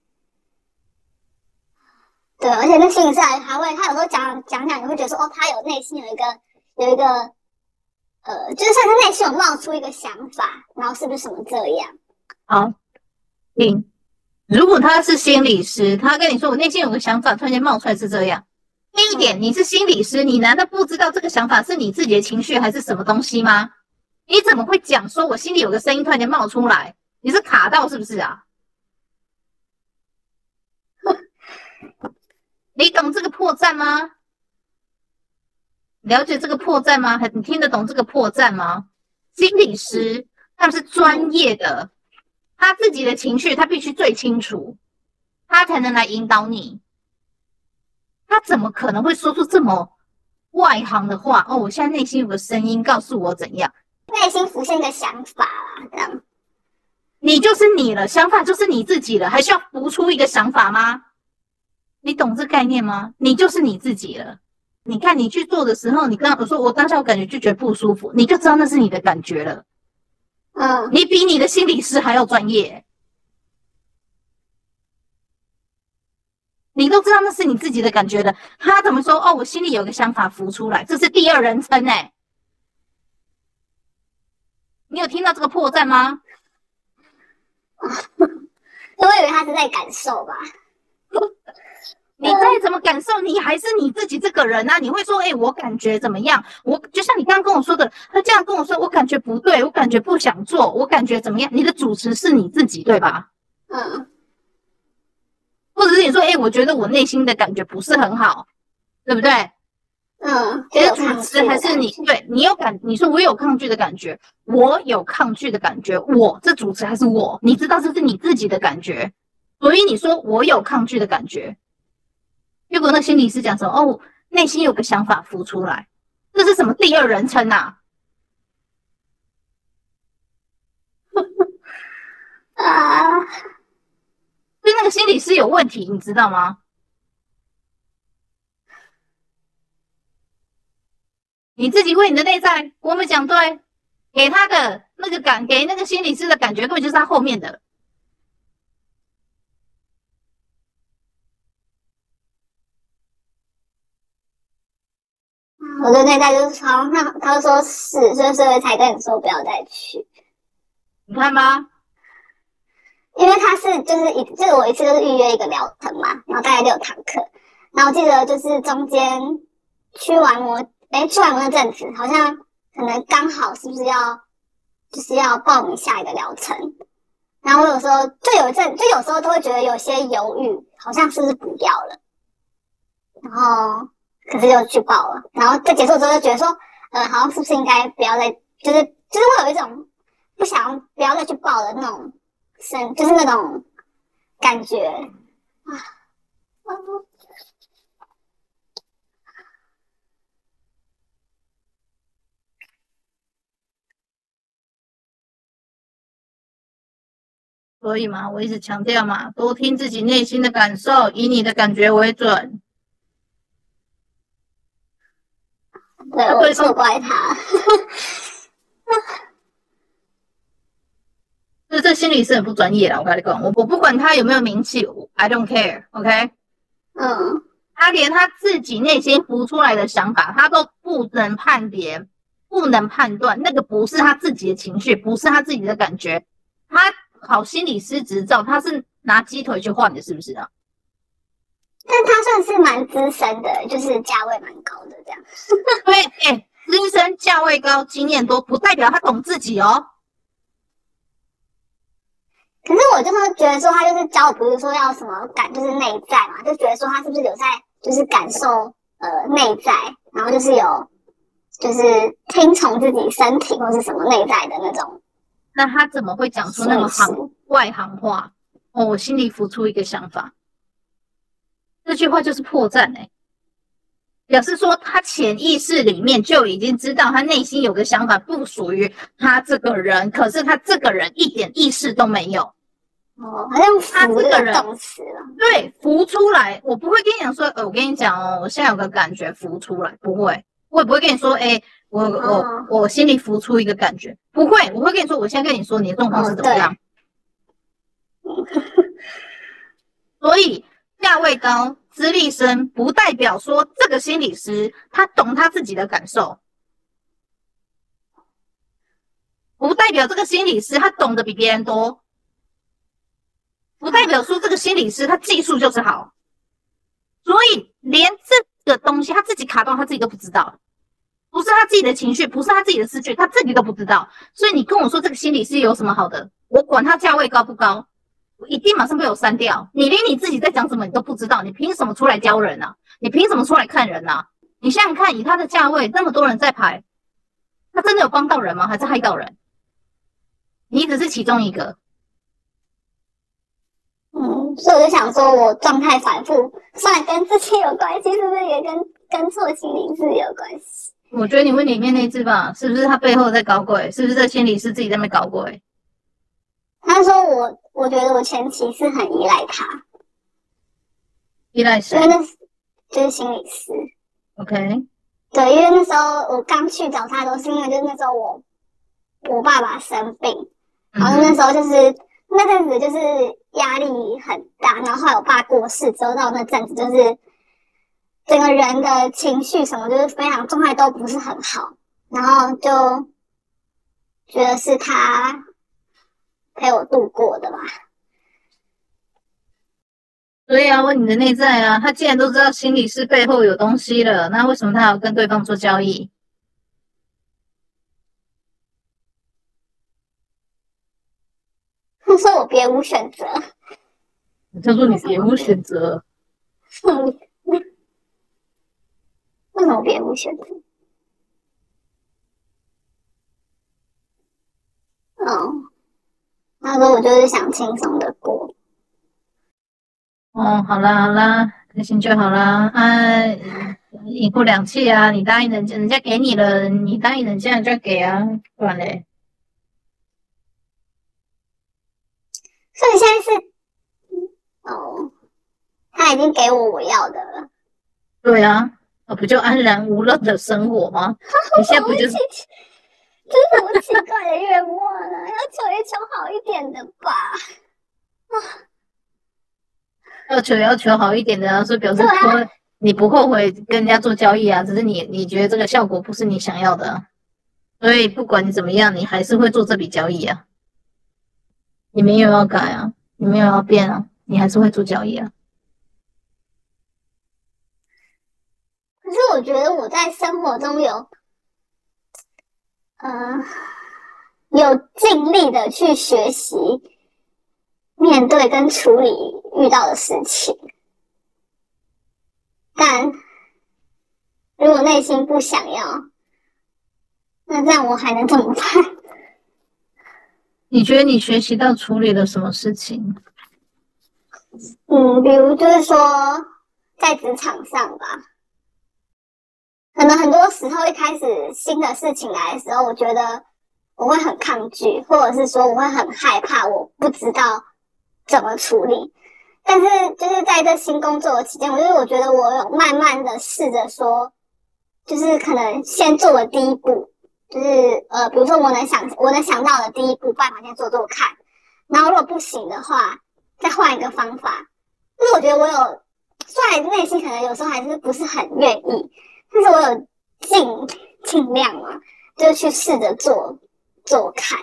对，而且那心理师还会，他有时候讲，你会觉得说，哦，他有内心有一个，就是像他内心有冒出一个想法，然后是不是什么这样？ 好，如果他是心理师，他跟你说我内心有个想法，突然间冒出来是这样。第一点，你是心理师，你难道不知道这个想法是你自己的情绪还是什么东西吗？你怎么会讲说我心里有个声音突然间冒出来？你是卡到是不是啊？你懂这个破绽吗？了解这个破绽吗？你听得懂这个破绽吗？心理师他们是专业的，他自己的情绪他必须最清楚，他才能来引导你。他怎么可能会说出这么外行的话？哦，我现在内心有个声音告诉我怎样， 内心浮现一个想法啦，这样。 你就是你了，想法就是你自己了，还需要浮出一个想法吗？你懂这概念吗？你就是你自己了。你看你去做的时候，你刚刚说我当下我感觉就觉得不舒服，你就知道那是你的感觉了。你比你的心理师还要专业。你都知道那是你自己的感觉的，他怎么说？哦，我心里有个想法浮出来，这是第二人称欸。你有听到这个破绽吗？ 我以为他是在感受吧。 你再怎么感受，你还是你自己这个人啊！你会说，我感觉怎么样？我就像你刚刚跟我说的，他这样跟我说，我感觉不对，我感觉不想做，我感觉怎么样？你的主持是你自己，对吧？或者是你说，我觉得我内心的感觉不是很好，对不对？其实主持还是你，对，你说我有抗拒的感觉，我有抗拒的感觉，这主持还是我，你知道这是你自己的感觉，所以你说我有抗拒的感觉。如果那心理师讲说，哦，内心有个想法浮出来，这是什么第二人称啊？所以那个心理师有问题，你知道吗？你自己为你的内在，我们讲对，给他的那个给那个心理师的感觉，根本就是他后面的。 我的内在就是好像他就说是，所以才跟你说不要再去。 你看吧， 因为他是就是我一次就是预约一个疗程嘛，然后大概6堂课，然后我记得就是中间驱完魔那阵子，好像可能刚好是不是要报名下一个疗程，然后我有时候有时候都会觉得有些犹豫，好像是不是不要了，然后可是就去报了，然后在结束之后就觉得说，好像是不是应该不要再就是会有一种不要再去报的那种就是那种感觉啊。 所以嘛，我一直强调嘛，多听自己内心的感受，以你的感觉为准。 对，我错怪他。 这心理是很不专业啦，我跟你讲，我不管他有没有名气 ，I don't care，OK？他连他自己内心浮出来的想法，他都不能判别，不能判断，那个不是他自己的情绪，不是他自己的感觉。他考心理师执照，他是拿鸡腿去换的，是不是啊？ 但他算是蛮资深的，就是价位蛮高的这样。 对，资深价位高，经验多，不代表他懂自己哦。 可是我就是觉得说，他就是教我，不是说要什么就是内在嘛，就觉得说他是不是有在就是感受内在，然后就是有就是听从自己身体或是什么内在的那种。 那他怎么会讲出那么外行话？哦，我心里浮出一个想法，这句话就是破绽表示说他潜意识里面就已经知道他内心有个想法不属于他这个人，可是他这个人一点意识都没有。 好像浮这个动词了。 对，浮出来，我不会跟你讲说，我跟你讲哦，我现在有个感觉浮出来，不会，我也不会跟你说，我心里浮出一个感觉，不会，我会跟你说，我现在跟你说你的状况是怎么样。所以价位高、资历深，不代表说这个心理师他懂他自己的感受，不代表这个心理师他懂得比别人多，不代表说这个心理师他技术就是好。所以连这个东西他自己卡到他自己都不知道，不是他自己的情绪，不是他自己的思绪，他自己都不知道。所以你跟我说这个心理师有什么好的，我管他价位高不高，我一定马上被我删掉。你连你自己在讲什么你都不知道，你凭什么出来教人啊？你凭什么出来看人啊？你想想看，以他的价位，那么多人在排，他真的有帮到人吗？还是害到人？你只是其中一个。 所以我就想说，我状态反复，虽然跟自己有关系，是不是也跟做心理师有关系？ 我觉得你问里面那只吧，是不是他背后在搞鬼？是不是这心理师自己在那边搞鬼？ 他说我觉得我前期是很依赖他， 依赖谁？ 因为那就是心理师。 OK。 对，因为那时候我刚去找他都是因为就是那时候我爸爸生病，然后那时候就是那阵子就是压力很大，然后后来我爸过世之后，到那阵子就是整个人的情绪什么就是非常状态都不是很好，然后就觉得是他陪我度过的吧。 所以啊，问你的内在啊，他既然都知道心理师背后有东西了，那为什么他要跟对方做交易？ 他说我别无选择。 他说你别无选择。 为什么别无选择？他说我就是想轻松的过。 好啦，开心就好啦。一夫两妻啊，你答应人家给你了，你答应人家就要给啊，不然嘞。 所以现在是，他已经给我要的了。 对啊，不就安然无乐的生活吗？你现在不就是？ 这是什么奇怪的愿望啊？要求一求好一点的吧。 要求好一点的啊，所以表示你不后悔跟人家做交易啊，只是你觉得这个效果不是你想要的啊，所以不管你怎么样，你还是会做这笔交易啊。你没有要改啊，你没有要变啊，你还是会做交易啊。 可是我觉得我在生活中有尽力的去学习面对跟处理遇到的事情，但如果内心不想要，那这样我还能怎么办？ 你觉得你学习到处理了什么事情？ 比如就是说在职场上吧，可能很多时候一开始新的事情来的时候，我觉得我会很抗拒，或者是说我会很害怕，我不知道怎么处理。但是就是在这新工作的期间，我觉得我有慢慢的试着说，就是可能先做了第一步，就是比如说我能想到的第一步办法先做做看，然后如果不行的话，再换一个方法。就是我觉得我有，虽然内心可能有时候还是不是很愿意，但是我有尽量嘛，就是去试着做看。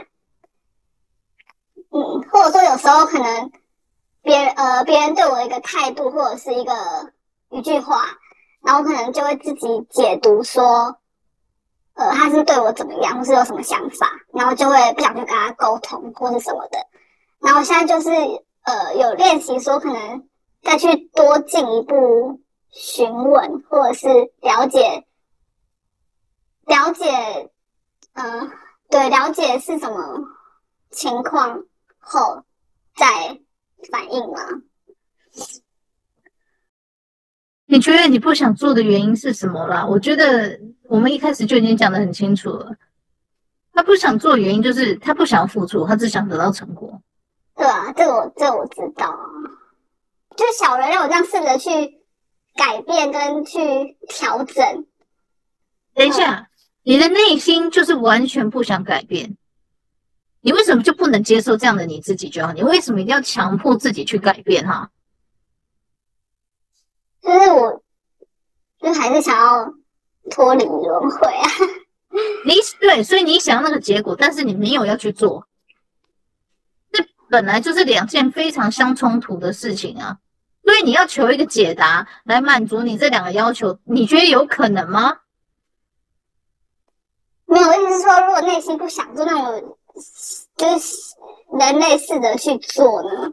或者说有时候可能别人对我的一个态度或者是一句话，然后我可能就会自己解读说，他是对我怎么样，或是有什么想法，然后就会不想去跟他沟通或是什么的。然后现在就是有练习说，可能再去多进一步询问，或者是了解，了解是什么情况后再反应吗？ 你觉得你不想做的原因是什么啦？我觉得我们一开始就已经讲得很清楚了，他不想做的原因就是他不想付出，他只想得到成果。 对啊，这我知道啊。就小人让我这样试着去改变跟去调整。 等一下，你的内心就是完全不想改变，你为什么就不能接受这样的你自己就好？你为什么一定要强迫自己去改变哈？ 就是我，就还是想要脱离轮回啊。 对，所以你想要那个结果，但是你没有要去做，这本来就是两件非常相冲突的事情啊。所以你要求一个解答来满足你这两个要求，你觉得有可能吗？ 没有，意思是说，如果内心不想做，那我就是人类试着去做呢？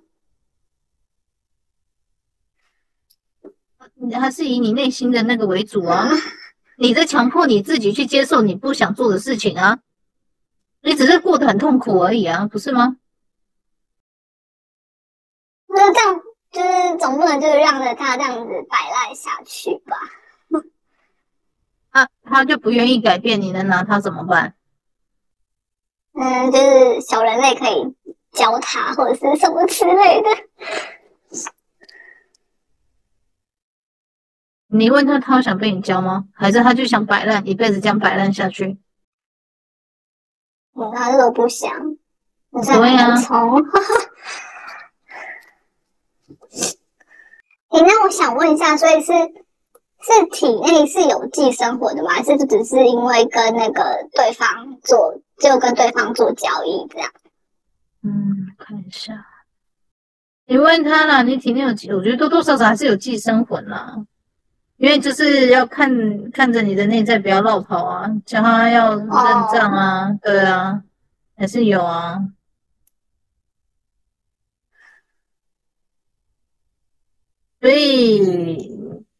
还是以你内心的那个为主啊？你在强迫你自己去接受你不想做的事情啊？你只是过得很痛苦而已啊，不是吗？ 那这样就是总不能就是让着他这样子摆烂下去吧？ 他就不愿意改变，你能拿他怎么办？ 就是小人类可以教他或者是什么之类的。 你问他，他想被你教吗？还是他就想摆烂，一辈子这样摆烂下去？ 他这个不想。 对呀。 那我想问一下，所以是体内是有寄生魂的吗？还是只是因为跟那个对方跟对方做交易这样？ 看一下。你问他啦，你体内有我觉得多多少少还是有寄生魂啦。因为就是要看着你的内在不要落跑啊，叫他要认账啊，对啊，还是有啊。所以，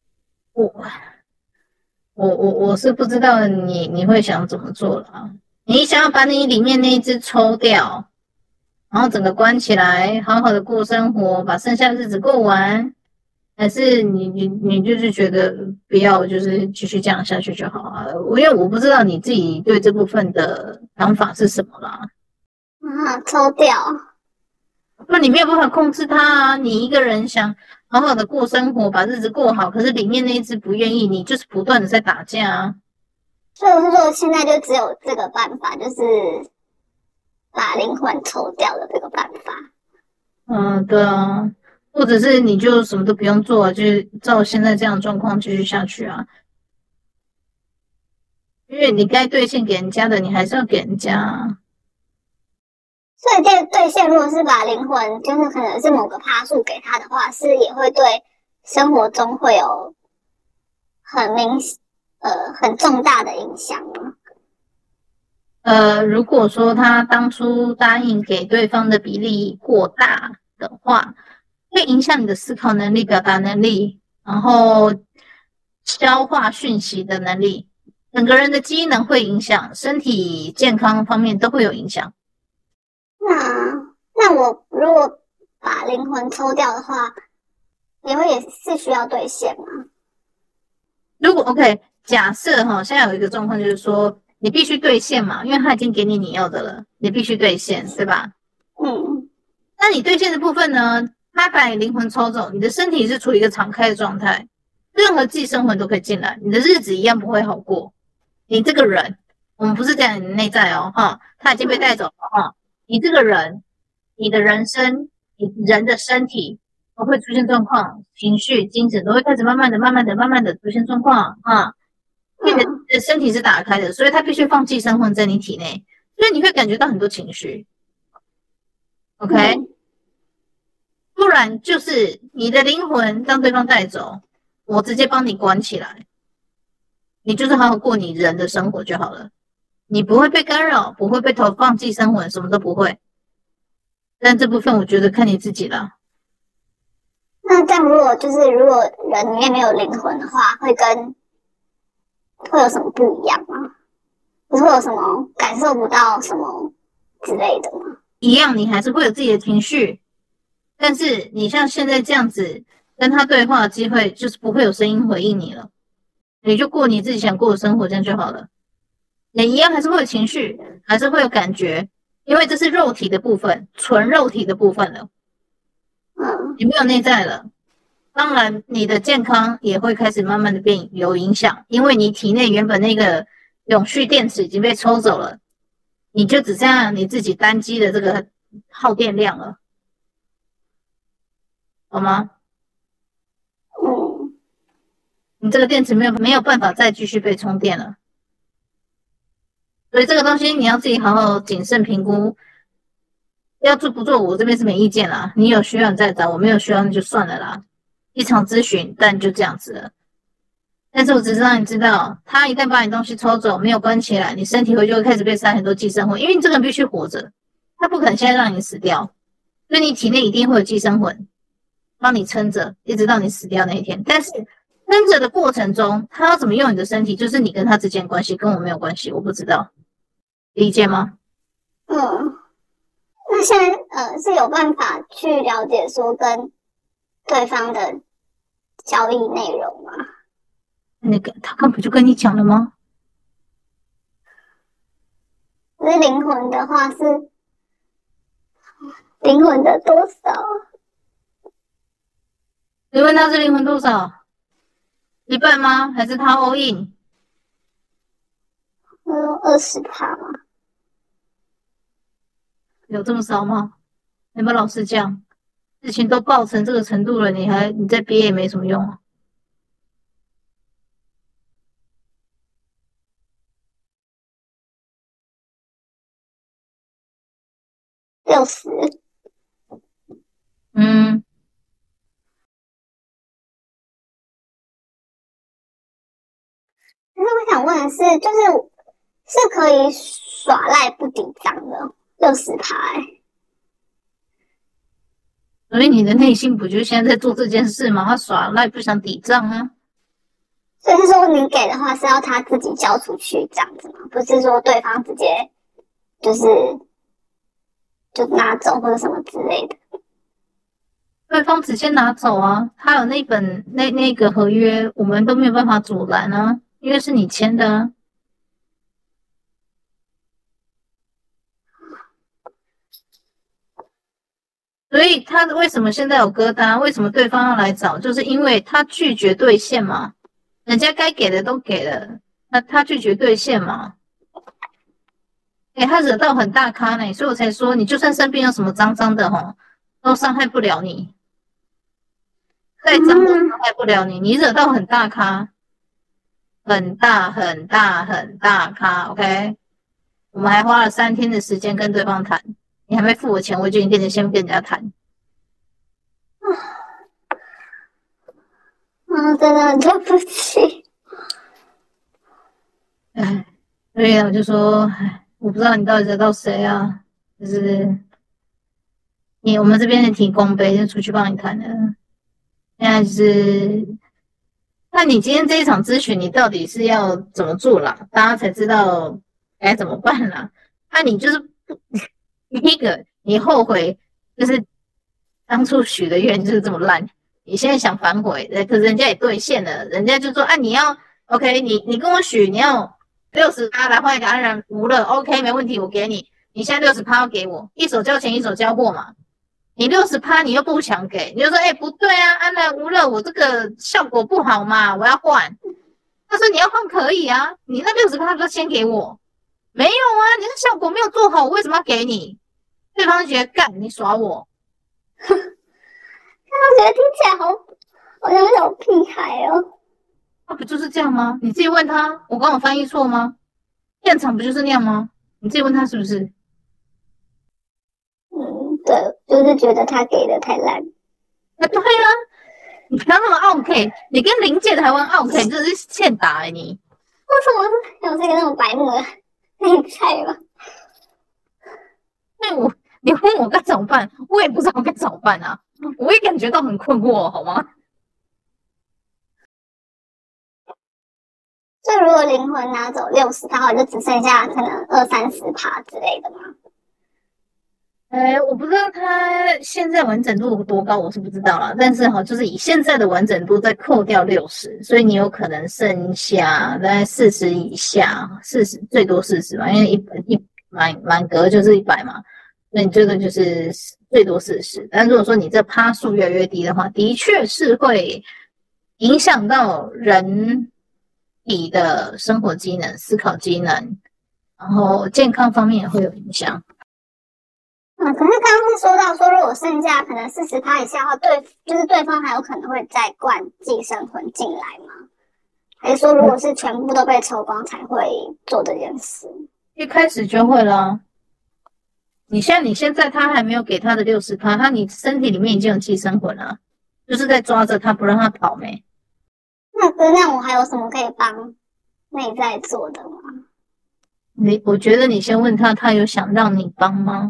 我是不知道你会想怎么做啦。你想要把你里面那一只抽掉，然后整个关起来，好好的过生活，把剩下的日子过完。还是你就是觉得不要，就是继续这样下去就好啊？因为我不知道你自己对这部分的想法是什么啦。 抽掉。 那你没有办法控制他啊！你一个人想好好的过生活，把日子过好，可是里面那一只不愿意，你就是不断的在打架啊。 所以我是说，现在就只有这个办法，就是把灵魂抽掉的这个办法。 对啊。 或者是你就什么都不用做，就是照现在这样的状况继续下去啊。因为你该兑现给人家的，你还是要给人家啊。 所以这兑现，如果是把灵魂，就是可能是某个趴数给他的话，是也会对生活中会有很重大的影响吗？ 如果说他当初答应给对方的比例过大的话，会影响你的思考能力、表达能力，然后消化讯息的能力，整个人的机能会影响，身体健康方面都会有影响。 那我如果把灵魂抽掉的话，也是需要兑现吗？ 如果 OK，假设现在有一个状况就是说，你必须兑现嘛，因为他已经给你要的了，你必须兑现，对吧？那你兑现的部分呢？他把你灵魂抽走，你的身体是处于一个敞开的状态，任何寄生魂都可以进来，你的日子一样不会好过。你这个人，我们不是讲你的内在哦，他已经被带走了你这个人，你的人生，你人的身体都会出现状况，情绪、精神都会开始慢慢的出现状况因为你的身体是打开的，所以他必须放寄生魂在你体内，所以你会感觉到很多情绪。OK，不然就是你的灵魂让对方带走，我直接帮你关起来，你就是好好过你人的生活就好了，你不会被干扰，不会被投放寄生魂，什么都不会。但这部分我觉得看你自己啦。 那这样如果人里面没有灵魂的话，会有什么不一样吗？不是会有什么感受不到什么之类的吗？ 一样，你还是会有自己的情绪，但是你像现在这样子跟他对话的机会，就是不会有声音回应你了，你就过你自己想过的生活，这样就好了。你一样还是会有情绪，还是会有感觉，因为这是肉体的部分，纯肉体的部分了，你没有内在了。当然，你的健康也会开始慢慢的变有影响，因为你体内原本那个永续电池已经被抽走了，你就只剩下你自己单机的这个耗电量了，好吗？你这个电池没有办法再继续被充电了，所以这个东西你要自己好好谨慎评估，要做不做我这边是没意见啦，你有需要你再找，我没有需要那就算了啦。一场咨询，但就这样子了。但是我只是让你知道，他一旦把你东西抽走，没有关起来，你身体就会开始被塞很多寄生魂，因为你这个人必须活着，他不可能现在让你死掉，所以你体内一定会有寄生魂帮你撑着，一直到你死掉那一天。但是撑着的过程中，他要怎么用你的身体，就是你跟他之间的关系，跟我没有关系，我不知道，理解吗？ 那现在是有办法去了解说跟对方的交易内容吗？ 那个他刚不就跟你讲了吗？ 可是灵魂的话是灵魂的多少？ 你问他是灵魂多少？一半吗？还是他 all in？ 20%吗？ 有这么少吗？有没有老实讲？事情都爆成这个程度了，你再憋也没什么用啊。 60%。可是我想问的是，是可以耍赖不抵账的60% 所以你的内心不就现在在做这件事吗？他耍赖不想抵账啊。 所以是说你给的话是要他自己交出去这样子吗？不是说对方直接就拿走或者什么之类的？ 对方直接拿走啊，他有那本那个合约，我们都没有办法阻拦啊，因为是你签的啊。所以他为什么现在有疙瘩？为什么对方要来找？就是因为他拒绝兑现嘛，人家该给的都给了，那他拒绝兑现嘛。他惹到很大咖呢，所以我才说，你就算身边有什么脏脏的都伤害不了你。 再脏都伤害不了你，你惹到很大咖，很大很大很大咖 ，OK？ 我们还花了3天的时间跟对方谈，你还没付我钱，我就已经先跟人家谈。 真的很对不起。 所以我就说，我不知道你到底惹到谁啊，就是我们这边的提供呗，就出去帮你谈了。现在就是，那你今天这一场咨询，你到底是要怎么做啦？大家才知道该怎么办啦。那你就是第一个，你后悔就是当初许的愿就是这么烂，你现在想反悔，可是人家也兑现了，人家就说你要 OK， 你跟我许你要60%来换一个安然无乐 ，OK 没问题，我给你，你现在60%要给我，一手交钱一手交货嘛。你60%你又不想给，你就说不对啊，安然无乐，我这个效果不好嘛，我要换。他说你要换可以啊，你那60%都先给我。没有啊，你的效果没有做好，我为什么要给你？对方就觉得干你耍我， 我觉得听起来好像小屁孩哦。 那不就是这样吗？你自己问他，我刚有翻译错吗？现场不就是那样吗？你自己问他是不是？ 对，就是觉得他给的太烂。 对啊，你不要那么 OK， 你跟临界台湾 OK， 你真的是欠打你。 为什么有这个那种白目的内在吗？ 你问我该怎么办，我也不知道该怎么办啊，我也感觉到很困惑，好吗？ 所以如果灵魂拿走60%的话，就只剩下可能20-30%之类的吗？ 我不知道他现在完整度多高，我是不知道啦。但是就是以现在的完整度再扣掉60，所以你有可能剩下大概40以下，40最多40嘛，因为满格就是100嘛，所以你这个就是最多40。但如果说你这趴数越来越低的话，的确是会影响到人体的生活机能、思考机能，然后健康方面也会有影响。 可是刚刚是说到说，如果剩下可能40%以下的话，对方还有可能会再灌寄生魂进来吗？还是说如果是全部都被抽光才会做这件事？ 一开始就会啦。你现在他还没有给他的60%，你身体里面已经有寄生魂了，就是在抓着他不让他跑没。 那我还有什么可以帮内在做的吗？ 我觉得你先问他，他有想让你帮吗？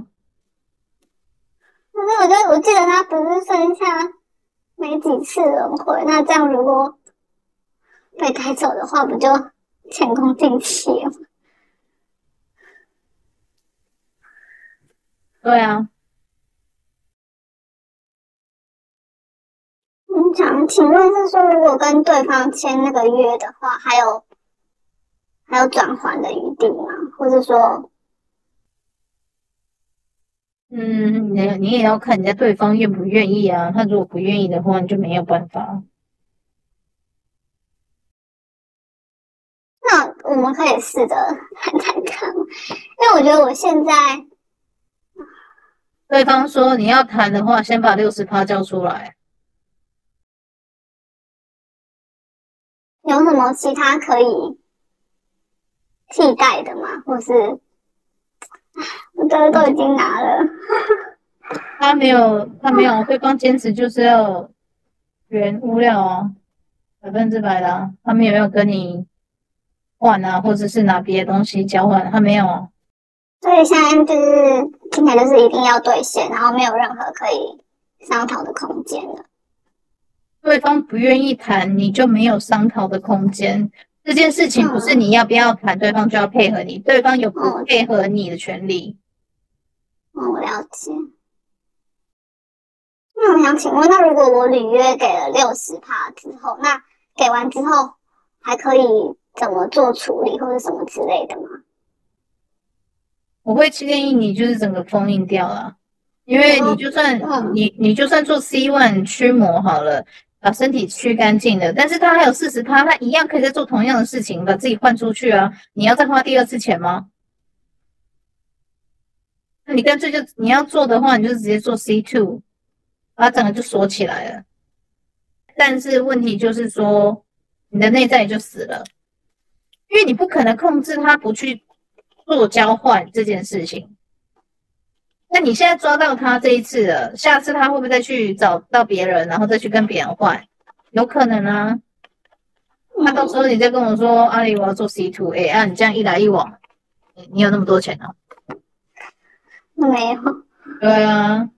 可是我记得他不是剩下没几次轮回，那这样如果被带走的话，不就前功尽弃了？ 对啊。 请问是说，如果跟对方签那个约的话，还有转还的余地吗？或者说， 你也要看人家对方愿不愿意啊。他如果不愿意的话，你就没有办法。 那我们可以试着谈谈看，因为我觉得我现在， 对方说你要谈的话，先把60%交出来。 有什么其他可以替代的吗？或是我这都已经拿了。 他没有，对方坚持就是要原物料啊，100%的啊，他没有要跟你换啊，或者是拿别的东西交换，他没有啊。 所以现在就是听起来就是一定要兑现，然后没有任何可以商讨的空间了。 对方不愿意谈，你就没有商讨的空间。这件事情不是你要不要谈，对方就要配合你，对方有不配合你的权利。 我了解。那我想请问，那如果我履约给了60%之后，那给完之后还可以怎么做处理或者什么之类的吗？ 我会建议你就是整个封印掉了，因为你就算你就算做 C1 驱魔好了，把身体驱干净了，但是他还有40%，他一样可以再做同样的事情，把自己换出去啊。你要再花第2次钱吗？那你干脆你要做的话，你就直接做 C2，把整个就锁起来了。 但是问题就是说，你的内在就死了，因为你不可能控制他不去做交换这件事情。那你现在抓到他这一次了，下次他会不会再去找到别人，然后再去跟别人换？有可能啊。那到时候你再跟我说，阿里我要做 C2A 啊，你这样一来一往，你有那么多钱啊？ 没有。 对啊。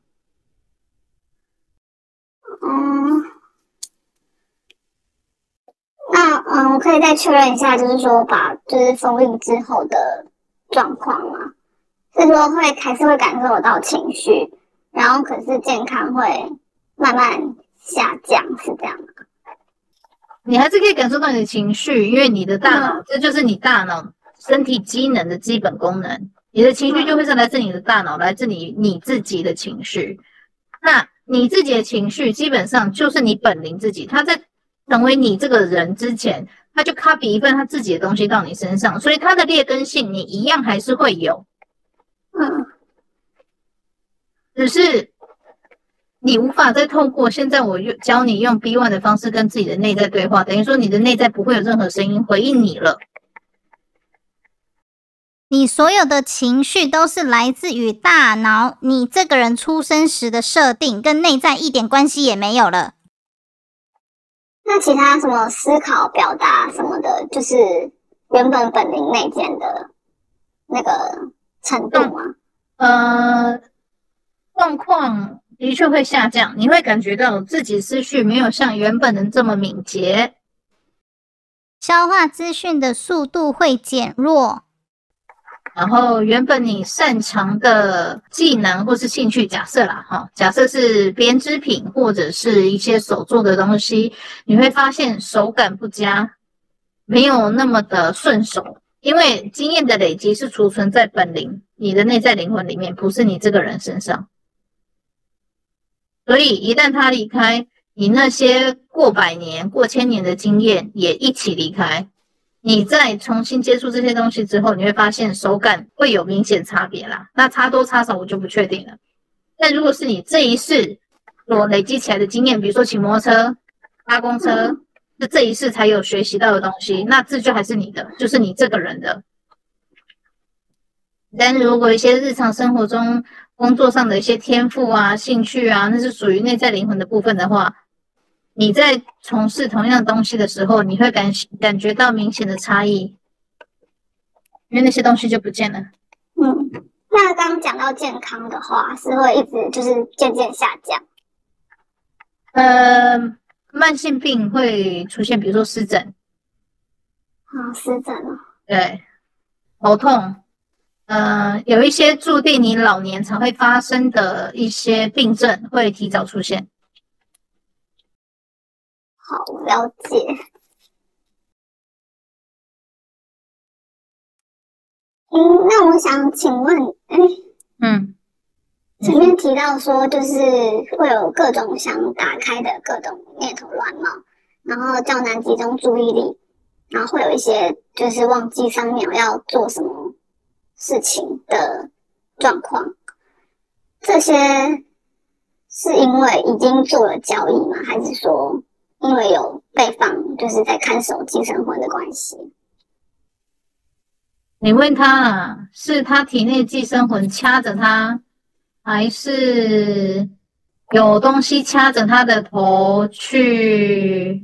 那我可以再确认一下，就是说就是封印之后的状况吗？是说还是会感受得到情绪，然后可是健康会慢慢下降，是这样吗？ 你还是可以感受到你的情绪，因为你的大脑，这就是你大脑身体机能的基本功能。你的情绪就会是来自你的大脑，来自你自己的情绪。那你自己的情绪基本上就是你本灵自己，他在成为你这个人之前，他就 copy 一份他自己的东西到你身上，所以他的劣根性你一样还是会有。只是你无法再透过现在我教你用 B1 的方式跟自己的内在对话，等于说你的内在不会有任何声音回应你了。 你所有的情绪都是来自于大脑，你这个人出生时的设定跟内在一点关系也没有了。 那其他什么思考、表达什么的，就是原本本灵内建的那个程度吗？ 状况的确会下降，你会感觉到自己思绪没有像原本的这么敏捷， 消化资讯的速度会减弱。 然后原本你擅长的技能或是兴趣，假设是编织品或者是一些手做的东西，你会发现手感不佳，没有那么的顺手，因为经验的累积是储存在本灵，你的内在灵魂里面，不是你这个人身上。所以一旦他离开，你那些过百年、过千年的经验也一起离开。你再重新接触这些东西之后，你会发现手感会有明显差别啦。那差多差少我就不确定了。但如果是你这一世所累积起来的经验，比如说骑摩托车、搭公车，是这一世才有学习到的东西，那这就还是你的，就是你这个人的。但是如果一些日常生活中工作上的一些天赋啊、兴趣啊，那是属于内在灵魂的部分的话，你在从事同样的东西的时候，你会感觉到明显的差异，因为那些东西就不见了。 那刚刚讲到健康的话，是会一直就是渐渐下降。 慢性病会出现，比如说湿疹。 湿疹哦。 对，头痛。有一些注定你老年才会发生的一些病症会提早出现。 好，了解。那我想请问，前面提到说，就是会有各种想打开的各种念头乱冒，然后较难集中注意力，然后会有一些就是忘记3秒要做什么事情的状况。这些是因为已经做了交易吗？还是说因为有被放，就是在看守寄生魂的关系？ 你问他啦，是他体内寄生魂掐着他，还是有东西掐着他的头去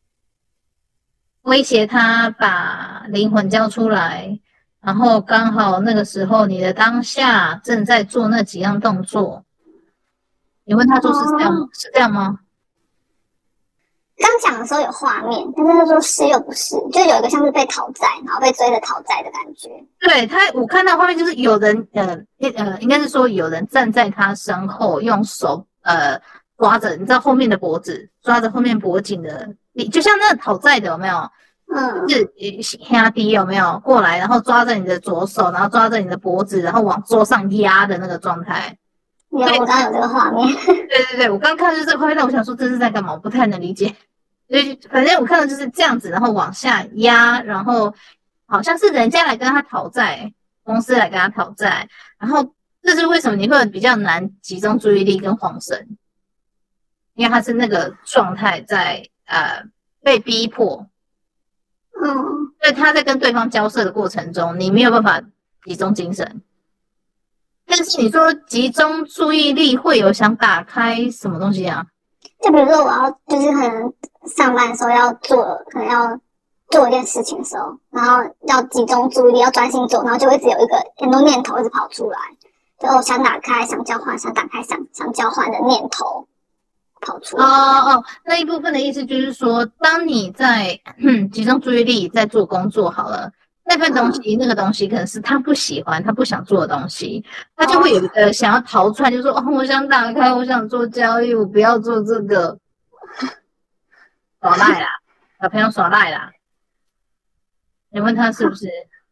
威胁他把灵魂交出来？然后刚好那个时候你的当下正在做那几样动作，你问他说是这样吗？是这样吗？ 刚讲的时候有画面，但是他说是又不是，就有一个像是被讨债，然后被追着讨债的感觉。 对他，我看到画面就是有人应该是说有人站在他身后，用手抓着，你知道后面的脖子，抓着后面脖颈的，就像那个讨债的有没有？是兄弟有没有过来，然后抓着你的左手，然后抓着你的脖子，然后往桌上压的那个状态。 有，我刚刚有这个画面。 对，我刚看就是这个画面，但我想说这是在干嘛？我不太能理解。所以反正我看到就是这样子，然后往下压，然后好像是人家来跟他讨债，公司来跟他讨债，然后这是为什么你会比较难集中注意力跟恍神？ 因为他是那个状态在被逼迫，所以他在跟对方交涉的过程中，你没有办法集中精神。但是你说集中注意力会有想打开什么东西啊？ 就比如说我要就是可能上班的时候可能要做一件事情的时候，然后要集中注意力，要专心做，然后就会一直有一个很多念头一直跑出来，就想打开、想交换、想打开、想交换的念头跑出来。 那一部分的意思就是说，当你在集中注意力在做工作好了，那份东西、那个东西可能是他不喜欢、他不想做的东西，他就会有一个想要逃窜，就说我想打开，我想做交易，我不要做这个，耍赖啦，小朋友耍赖啦。你问他是不是？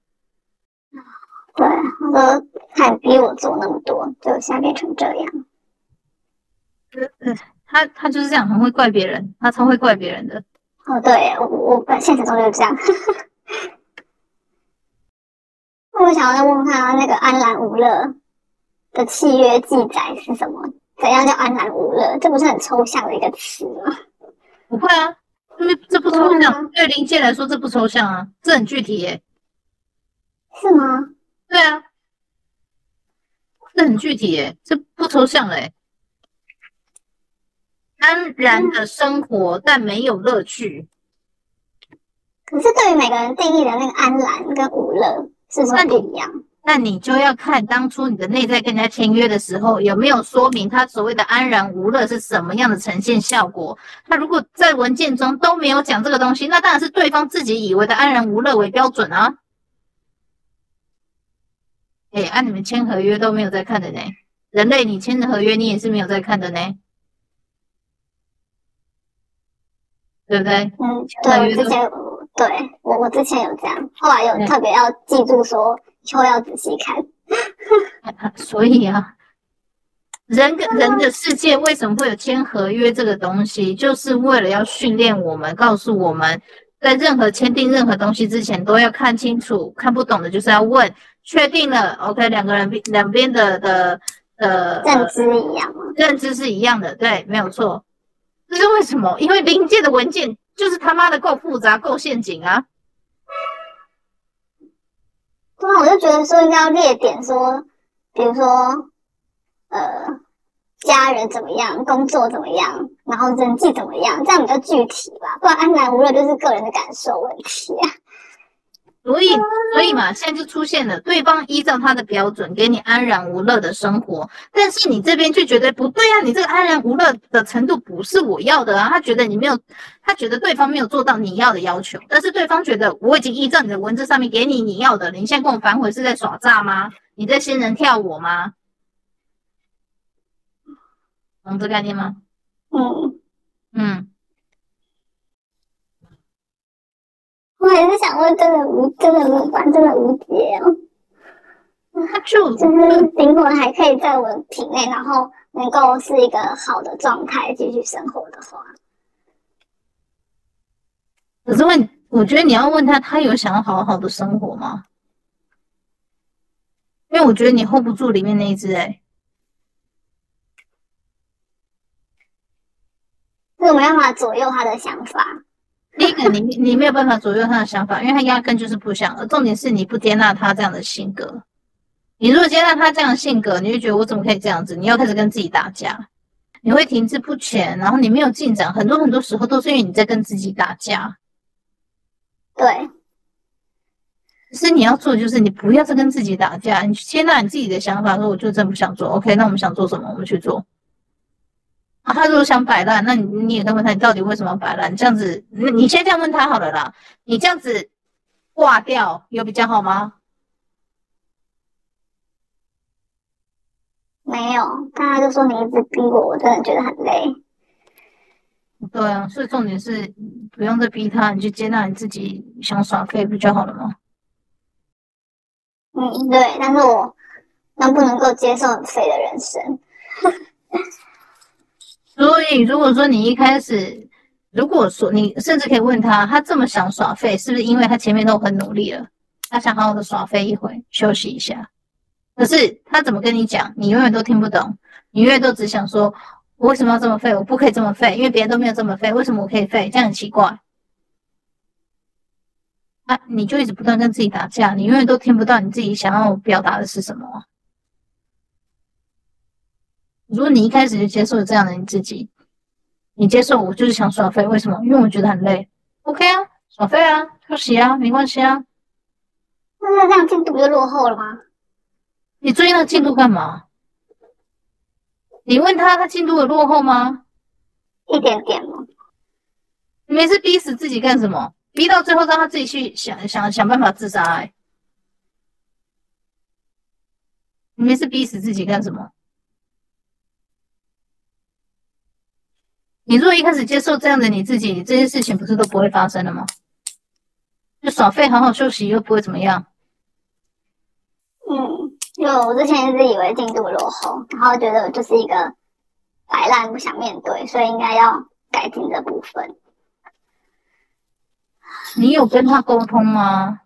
对，他说他逼我做那么多，就现在变成这样。 他就是这样，很会怪别人，他超会怪别人的。 对，我现实中就是这样。我想要再问问看那个安然无乐的契约记载是什么？怎样叫安然无乐？这不是很抽象的一个词吗？ 不会啊，因为这不抽象，对灵界来说这不抽象啊，这很具体耶。 是吗？ 对啊，这很具体耶，这不抽象嘞。安然的生活，但没有乐趣。 可是对于每个人定义的那个安然跟无乐是不是不一样？ 那你就要看当初你的内在跟人家签约的时候，有没有说明他所谓的安然无乐是什么样的呈现效果。他如果在文件中都没有讲这个东西，那当然是对方自己以为的安然无乐为标准啊。按你们签合约都没有在看的呢，人类你签的合约你也是没有在看的呢，对不对？ 对，我之前有这样，后来有特别要记住说以后要仔细看。 所以啊，人跟人的世界为什么会有签合约这个东西，就是为了要训练我们，告诉我们在任何签订任何东西之前都要看清楚，看不懂的就是要问，确定了 OK， 两边的认知一样吗？ 认知是一样的，对，没有错。这是为什么？因为灵界的文件就是他妈的够复杂、够陷阱啊！ 对啊，我就觉得说应该要列点说，比如说家人怎么样，工作怎么样，然后人际怎么样，这样比较具体吧。不然安然无乐就是个人的感受问题啊。 所以嘛，现在就出现了对方依照他的标准给你安然无乐的生活，但是你这边就觉得不对啊，你这个安然无乐的程度不是我要的啊，他觉得对方没有做到你要的要求，但是对方觉得我已经依照你的文字上面给你要的，你现在跟我反悔是在耍诈吗？你在仙人跳我吗？懂这概念吗？ 我还是想问，真的无关，真的无解哦。就是灵魂还可以在我的体内，然后能够是一个好的状态继续生活的话， 可是我觉得你要问他有想要好好的生活吗？因为我觉得你 hold 不住里面那一只所以我没办法左右他的想法。 第一个，你没有办法左右他的想法，因为他压根就是不想。而重点是你不接纳他这样的性格。你如果接纳他这样的性格，你就觉得我怎么可以这样子？你要开始跟自己打架，你会停滞不前，然后你没有进展。很多时候都是因为你在跟自己打架。 对。 可是你要做的就是你不要再跟自己打架，你去接纳你自己的想法，说我就真不想做。OK， 那我们想做什么，我们去做。他如果想摆烂，那你也可以问他，你到底为什么要摆烂？这样子，你先这样问他好了啦。你这样子挂掉有比较好吗？ 没有，他就说你一直逼我，我真的觉得很累。 对啊，所以重点是不用再逼他，你就接纳你自己想耍废不就好了吗？ 对，但是我能不能够接受很废的人生？ 所以，如果说你一开始，如果说你甚至可以问他，他这么想耍废，是不是因为他前面都很努力了，他想好好的耍废一回，休息一下？可是他怎么跟你讲，你永远都听不懂，你永远都只想说， 我为什么要这么废？我不可以这么废，因为别人都没有这么废，为什么我可以废？这样很奇怪。啊，你就一直不断跟自己打架，你永远都听不到你自己想要表达的是什么。如果你一开始就接受这样的你自己，你接受我就是想耍废，为什么？因为我觉得很累。OK 啊，耍废啊，休息啊，没关系啊。 那这样进度不就落后了吗？ 你追那个进度干嘛？你问他进度有落后吗？ 一点点吗？ 你每次逼死自己干什么？逼到最后让他自己去想办法自杀欸。你每次逼死自己干什么？你如果一开始接受这样的你自己，你这些事情不是都不会发生了吗？就耍废，好好休息，又不会怎么样。 因为我之前一直以为进度落后，然后觉得我就是一个摆烂不想面对，所以应该要改进这部分。 你有跟他沟通吗？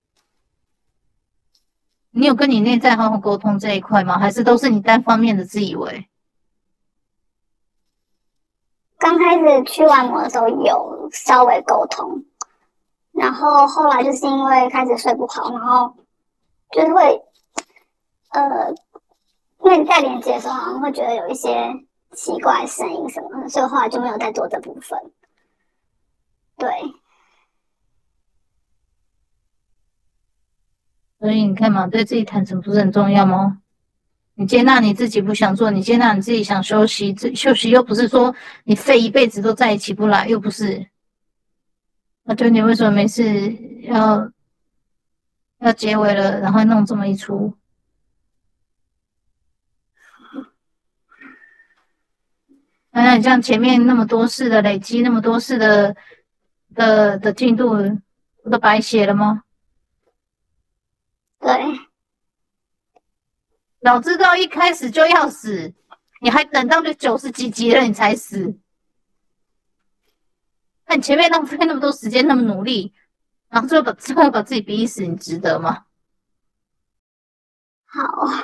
你有跟你内在好好沟通这一块吗？还是都是你单方面的自以为？ 刚开始驱完魔的时候有稍微沟通，然后后来就是因为开始睡不好，然后就是会内在连接的时候好像会觉得有一些奇怪的声音什么的，所以后来就没有再做这部分。对。 所以你看嘛，对自己坦诚不是很重要吗？你接纳你自己不想做，你接纳你自己想休息，休息又不是说你废一辈子都在一起不来，又不是。那对你为什么每次要结尾了，然后弄这么一出？那你像前面那么多事的累积，那么多事的进度，都白写了吗？ 对。 早知道一开始就要死，你还等到就90几集了你才死。那你前面浪费那么多时间，那么努力，然后最后把自己逼死，你值得吗？ 好，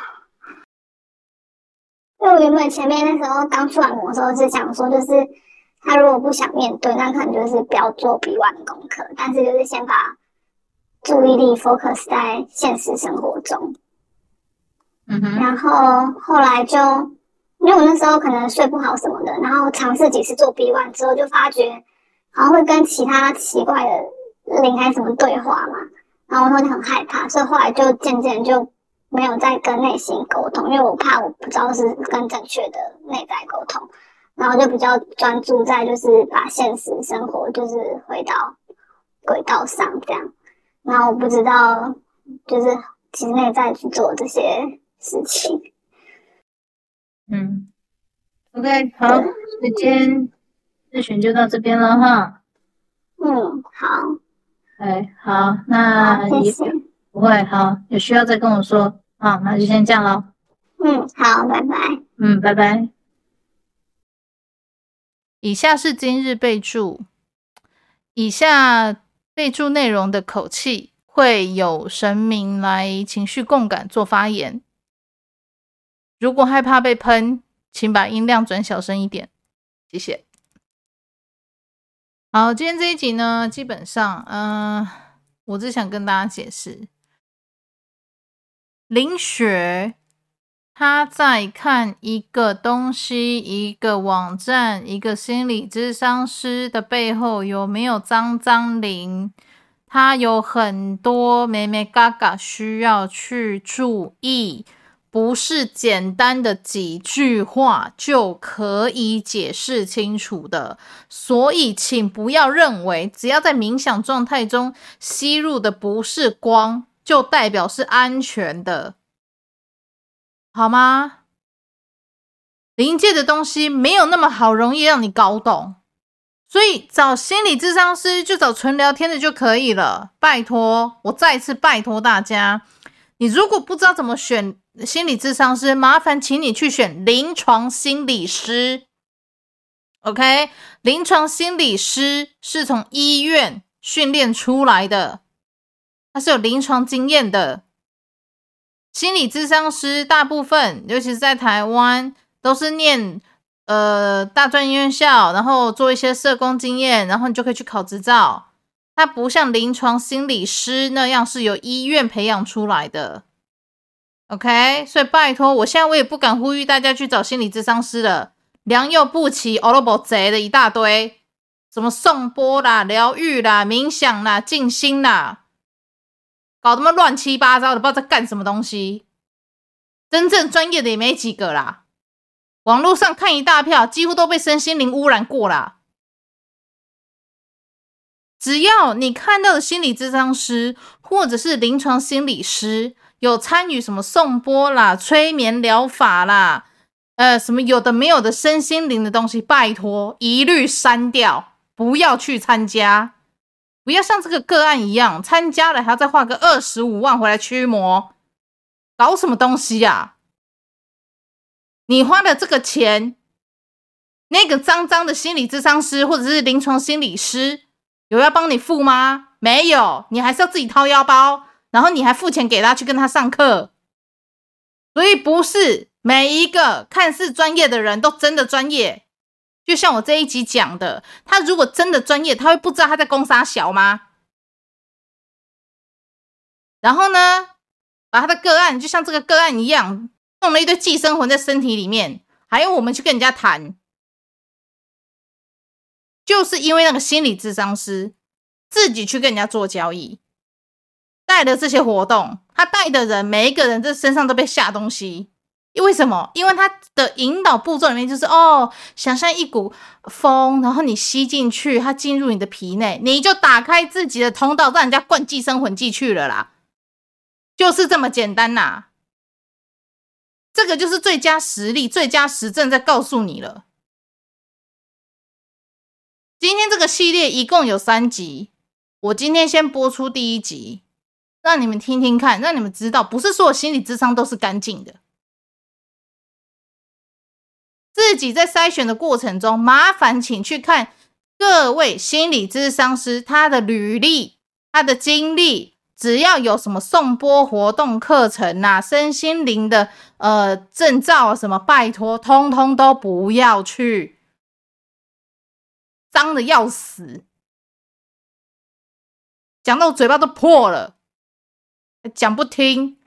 因为我原本前面那时候刚出完魔的时候是想说，就是他如果不想面对，那可能就是不要做B1的功课，但是就是先把注意力 focus 在现实生活中。然后后来就，因为我那时候可能睡不好什么的，然后尝试几次做 B1之后，就发觉好像会跟其他奇怪的灵还是什么对话嘛，然后我就很害怕，所以后来就渐渐就没有再跟内心沟通，因为我怕我不知道是跟正确的内在沟通，然后就比较专注在就是把现实生活就是回到轨道上这样，然后我不知道就是其实内在去做这些事情。 OK， 好，所以今天咨询就到这边了哈。 好。 好，那谢谢。 不会，好，有需要再跟我说。好，那就先这样咯。 好，拜拜。 拜拜。 以下是今日备注，以下备注内容的口气会有神明来情绪共感做发言，如果害怕被喷，请把音量转小声一点，谢谢。好，今天这一集呢，基本上我只想跟大家解释，灵学他在看一个东西、一个网站、一个心理咨商师的背后有没有脏灵，他有很多眉眉角角需要去注意，不是简单的几句话就可以解释清楚的。所以请不要认为只要在冥想状态中吸入的不是光，就代表是安全的，好吗？灵界的东西没有那么好容易让你搞懂，所以找心理咨商师就找纯聊天的就可以了。拜托，我再一次拜托大家，你如果不知道怎么选心理咨商师，麻烦请你去选临床心理师。 OK， 临床心理师是从医院训练出来的，他是有临床经验的。心理咨商师大部分尤其是在台湾都是念大专院校，然后做一些社工经验，然后你就可以去考执照。它不像临床心理师那样是由医院培养出来的。OK， 所以拜托，我现在我也不敢呼吁大家去找心理咨商师了，良莠不齐、欧罗博贼的一大堆，什么颂钵啦、疗愈啦、冥想啦、静心啦，搞他妈乱七八糟的，不知道在干什么东西。真正专业的也没几个啦，网络上看一大票，几乎都被身心灵污染过啦。只要你看到的心理咨商师或者是临床心理师有参与什么颂钵啦、催眠疗法啦，什么有的没有的身心灵的东西，拜托一律删掉，不要去参加。不要像这个个案一样，参加了还要再花个25万回来驱魔，搞什么东西啊？你花的这个钱，那个脏脏的心理咨商师或者是临床心理师有要帮你付吗？没有，你还是要自己掏腰包，然后你还付钱给他去跟他上课。所以不是每一个看似专业的人都真的专业。就像我这一集讲的，他如果真的专业，他会不知道他在攻杀小吗？然后呢，把他的个案就像这个个案一样，弄了一堆寄生魂在身体里面，还有我们去跟人家谈，就是因为那个心理咨商师自己去跟人家做交易，带的这些活动，他带的人每一个人这身上都被下东西。为什么？因为他的引导步骤里面就是想象一股风，然后你吸进去，它进入你的皮内，你就打开自己的通道，让人家灌寄生魂进去了啦，就是这么简单啦。这个就是最佳实例、最佳实证在告诉你了。今天这个系列一共有3集，我今天先播出第1集，让你们听听看，让你们知道，不是所有心理咨商都是干净的。自己在筛选的过程中，麻烦请去看各位心理咨商师他的履历、他的经历，只要有什么颂钵活动课程啊、身心灵的证照啊什么，拜托通通都不要去，脏的要死，讲到我嘴巴都破了，讲不听。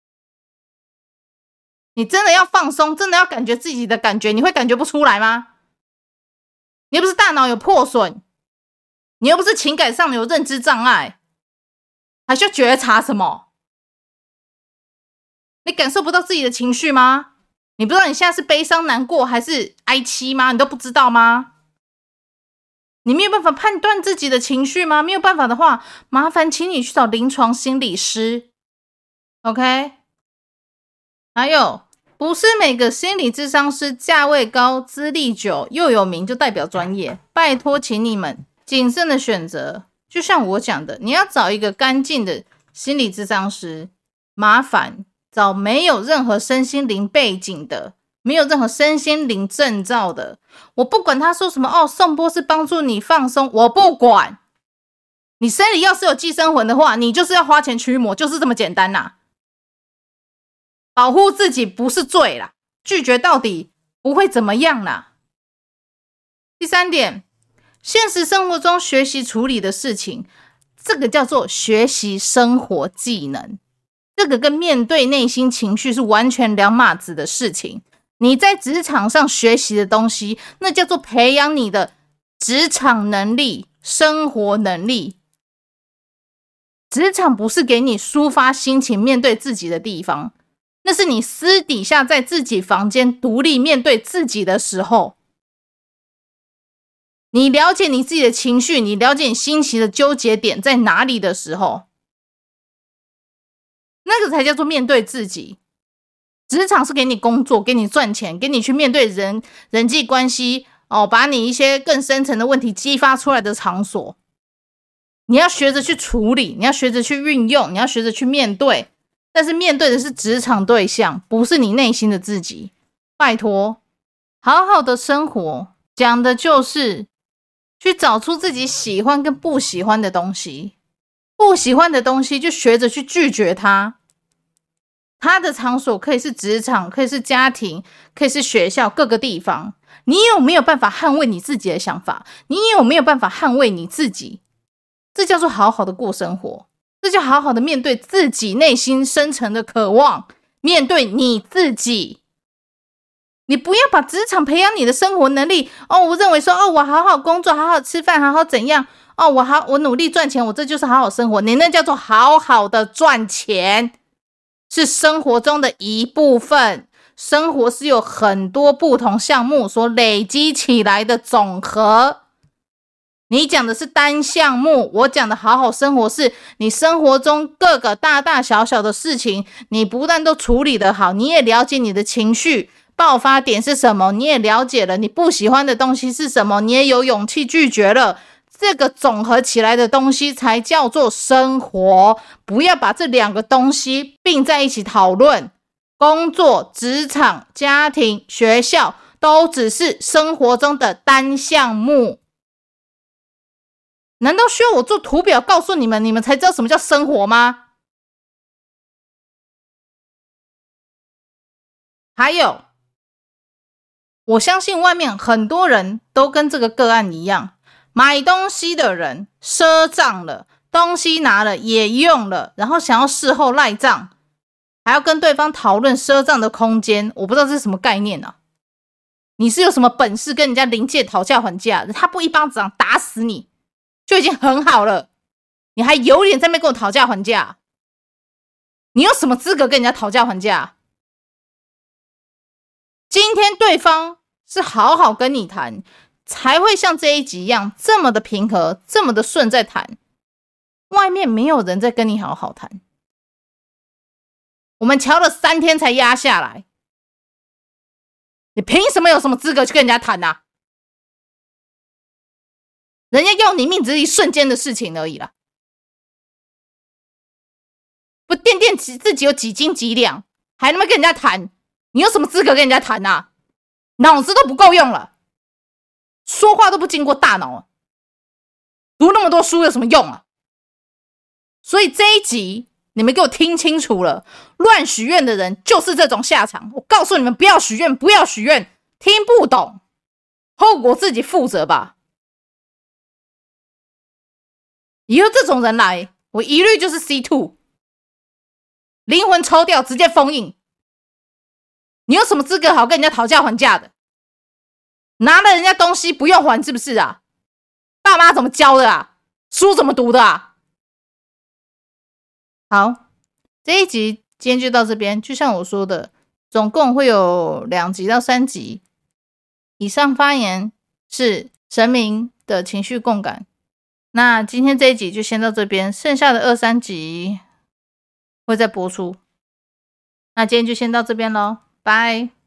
你真的要放松，真的要感觉自己的感觉，你会感觉不出来吗？你又不是大脑有破损，你又不是情感上有认知障碍，还需要觉察什么？你感受不到自己的情绪吗？你不知道你现在是悲伤难过还是哀戚吗？你都不知道吗？你没有办法判断自己的情绪吗？没有办法的话，麻烦请你去找临床心理师 OK。 还有，不是每个心理咨商师价位高、资历久又有名就代表专业，拜托请你们谨慎的选择。就像我讲的，你要找一个干净的心理咨商师，麻烦找没有任何身心灵背景的，没有任何身心灵证照的。我不管他说什么颂钵是帮助你放松，我不管。你身里要是有寄生魂的话，你就是要花钱驱魔，就是这么简单啦。保护自己不是罪啦，拒绝到底不会怎么样啦。第3点，现实生活中学习处理的事情，这个叫做学习生活技能，这个跟面对内心情绪是完全两码子的事情。你在职场上学习的东西，那叫做培养你的职场能力、生活能力。职场不是给你抒发心情、面对自己的地方，那是你私底下在自己房间独立面对自己的时候，你了解你自己的情绪，你了解你心情的纠结点在哪里的时候，那个才叫做面对自己。职场是给你工作，给你赚钱，给你去面对人际关系把你一些更深层的问题激发出来的场所。你要学着去处理，你要学着去运用，你要学着去面对。但是面对的是职场对象，不是你内心的自己。拜托，好好的生活讲的就是去找出自己喜欢跟不喜欢的东西，不喜欢的东西就学着去拒绝它， 他的场所可以是职场，可以是家庭，可以是学校，各个地方。你有没有办法捍卫你自己的想法？你有没有办法捍卫你自己？这叫做好好的过生活，这叫好好的面对自己内心深层的渴望，面对你自己。你不要把职场培养你的生活能力我认为说我好好工作，好好吃饭，好好怎样我努力赚钱，我这就是好好生活。你那叫做好好的赚钱，是生活中的一部分。生活是有很多不同项目所累积起来的总和。你讲的是单项目，我讲的好好生活是你生活中各个大大小小的事情，你不但都处理得好，你也了解你的情绪爆发点是什么，你也了解了你不喜欢的东西是什么，你也有勇气拒绝了。这个总合起来的东西才叫做生活。不要把这两个东西并在一起讨论。工作、职场、家庭、学校都只是生活中的单项目。难道需要我做图表告诉你们，你们才知道什么叫生活吗？还有，我相信外面很多人都跟这个个案一样，买东西的人赊账了，东西拿了也用了，然后想要事后赖账，还要跟对方讨论赊账的空间。我不知道这是什么概念啊？你是有什么本事跟人家临界讨价还价？他不一巴掌打死你就已经很好了，你还有脸在那边跟我讨价还价？你有什么资格跟人家讨价还价？今天对方是好好跟你谈，才会像这一集一样这么的平和，这么的顺在谈。外面没有人在跟你好好谈，我们瞧了3天才压下来，你凭什么有什么资格去跟人家谈啊？人家要你命只是一瞬间的事情而已啦，不掂掂自己有几斤几两，还他妈跟人家谈？你有什么资格跟人家谈啊？脑子都不够用了，说话都不经过大脑啊，读那么多书有什么用啊？所以这一集你们给我听清楚了，乱许愿的人就是这种下场。我告诉你们，不要许愿，不要许愿，听不懂，后果自己负责吧。以后这种人来，我一律就是 C2， 灵魂抽掉，直接封印。你有什么资格好跟人家讨价还价的？拿了人家东西不用还是不是啊？爸妈怎么教的啊？书怎么读的啊？好，这一集今天就到这边。就像我说的，总共会有2集到3集。以上发言是神明的情绪共感。那今天这一集就先到这边，剩下的2、3集会再播出。那今天就先到这边咯，拜。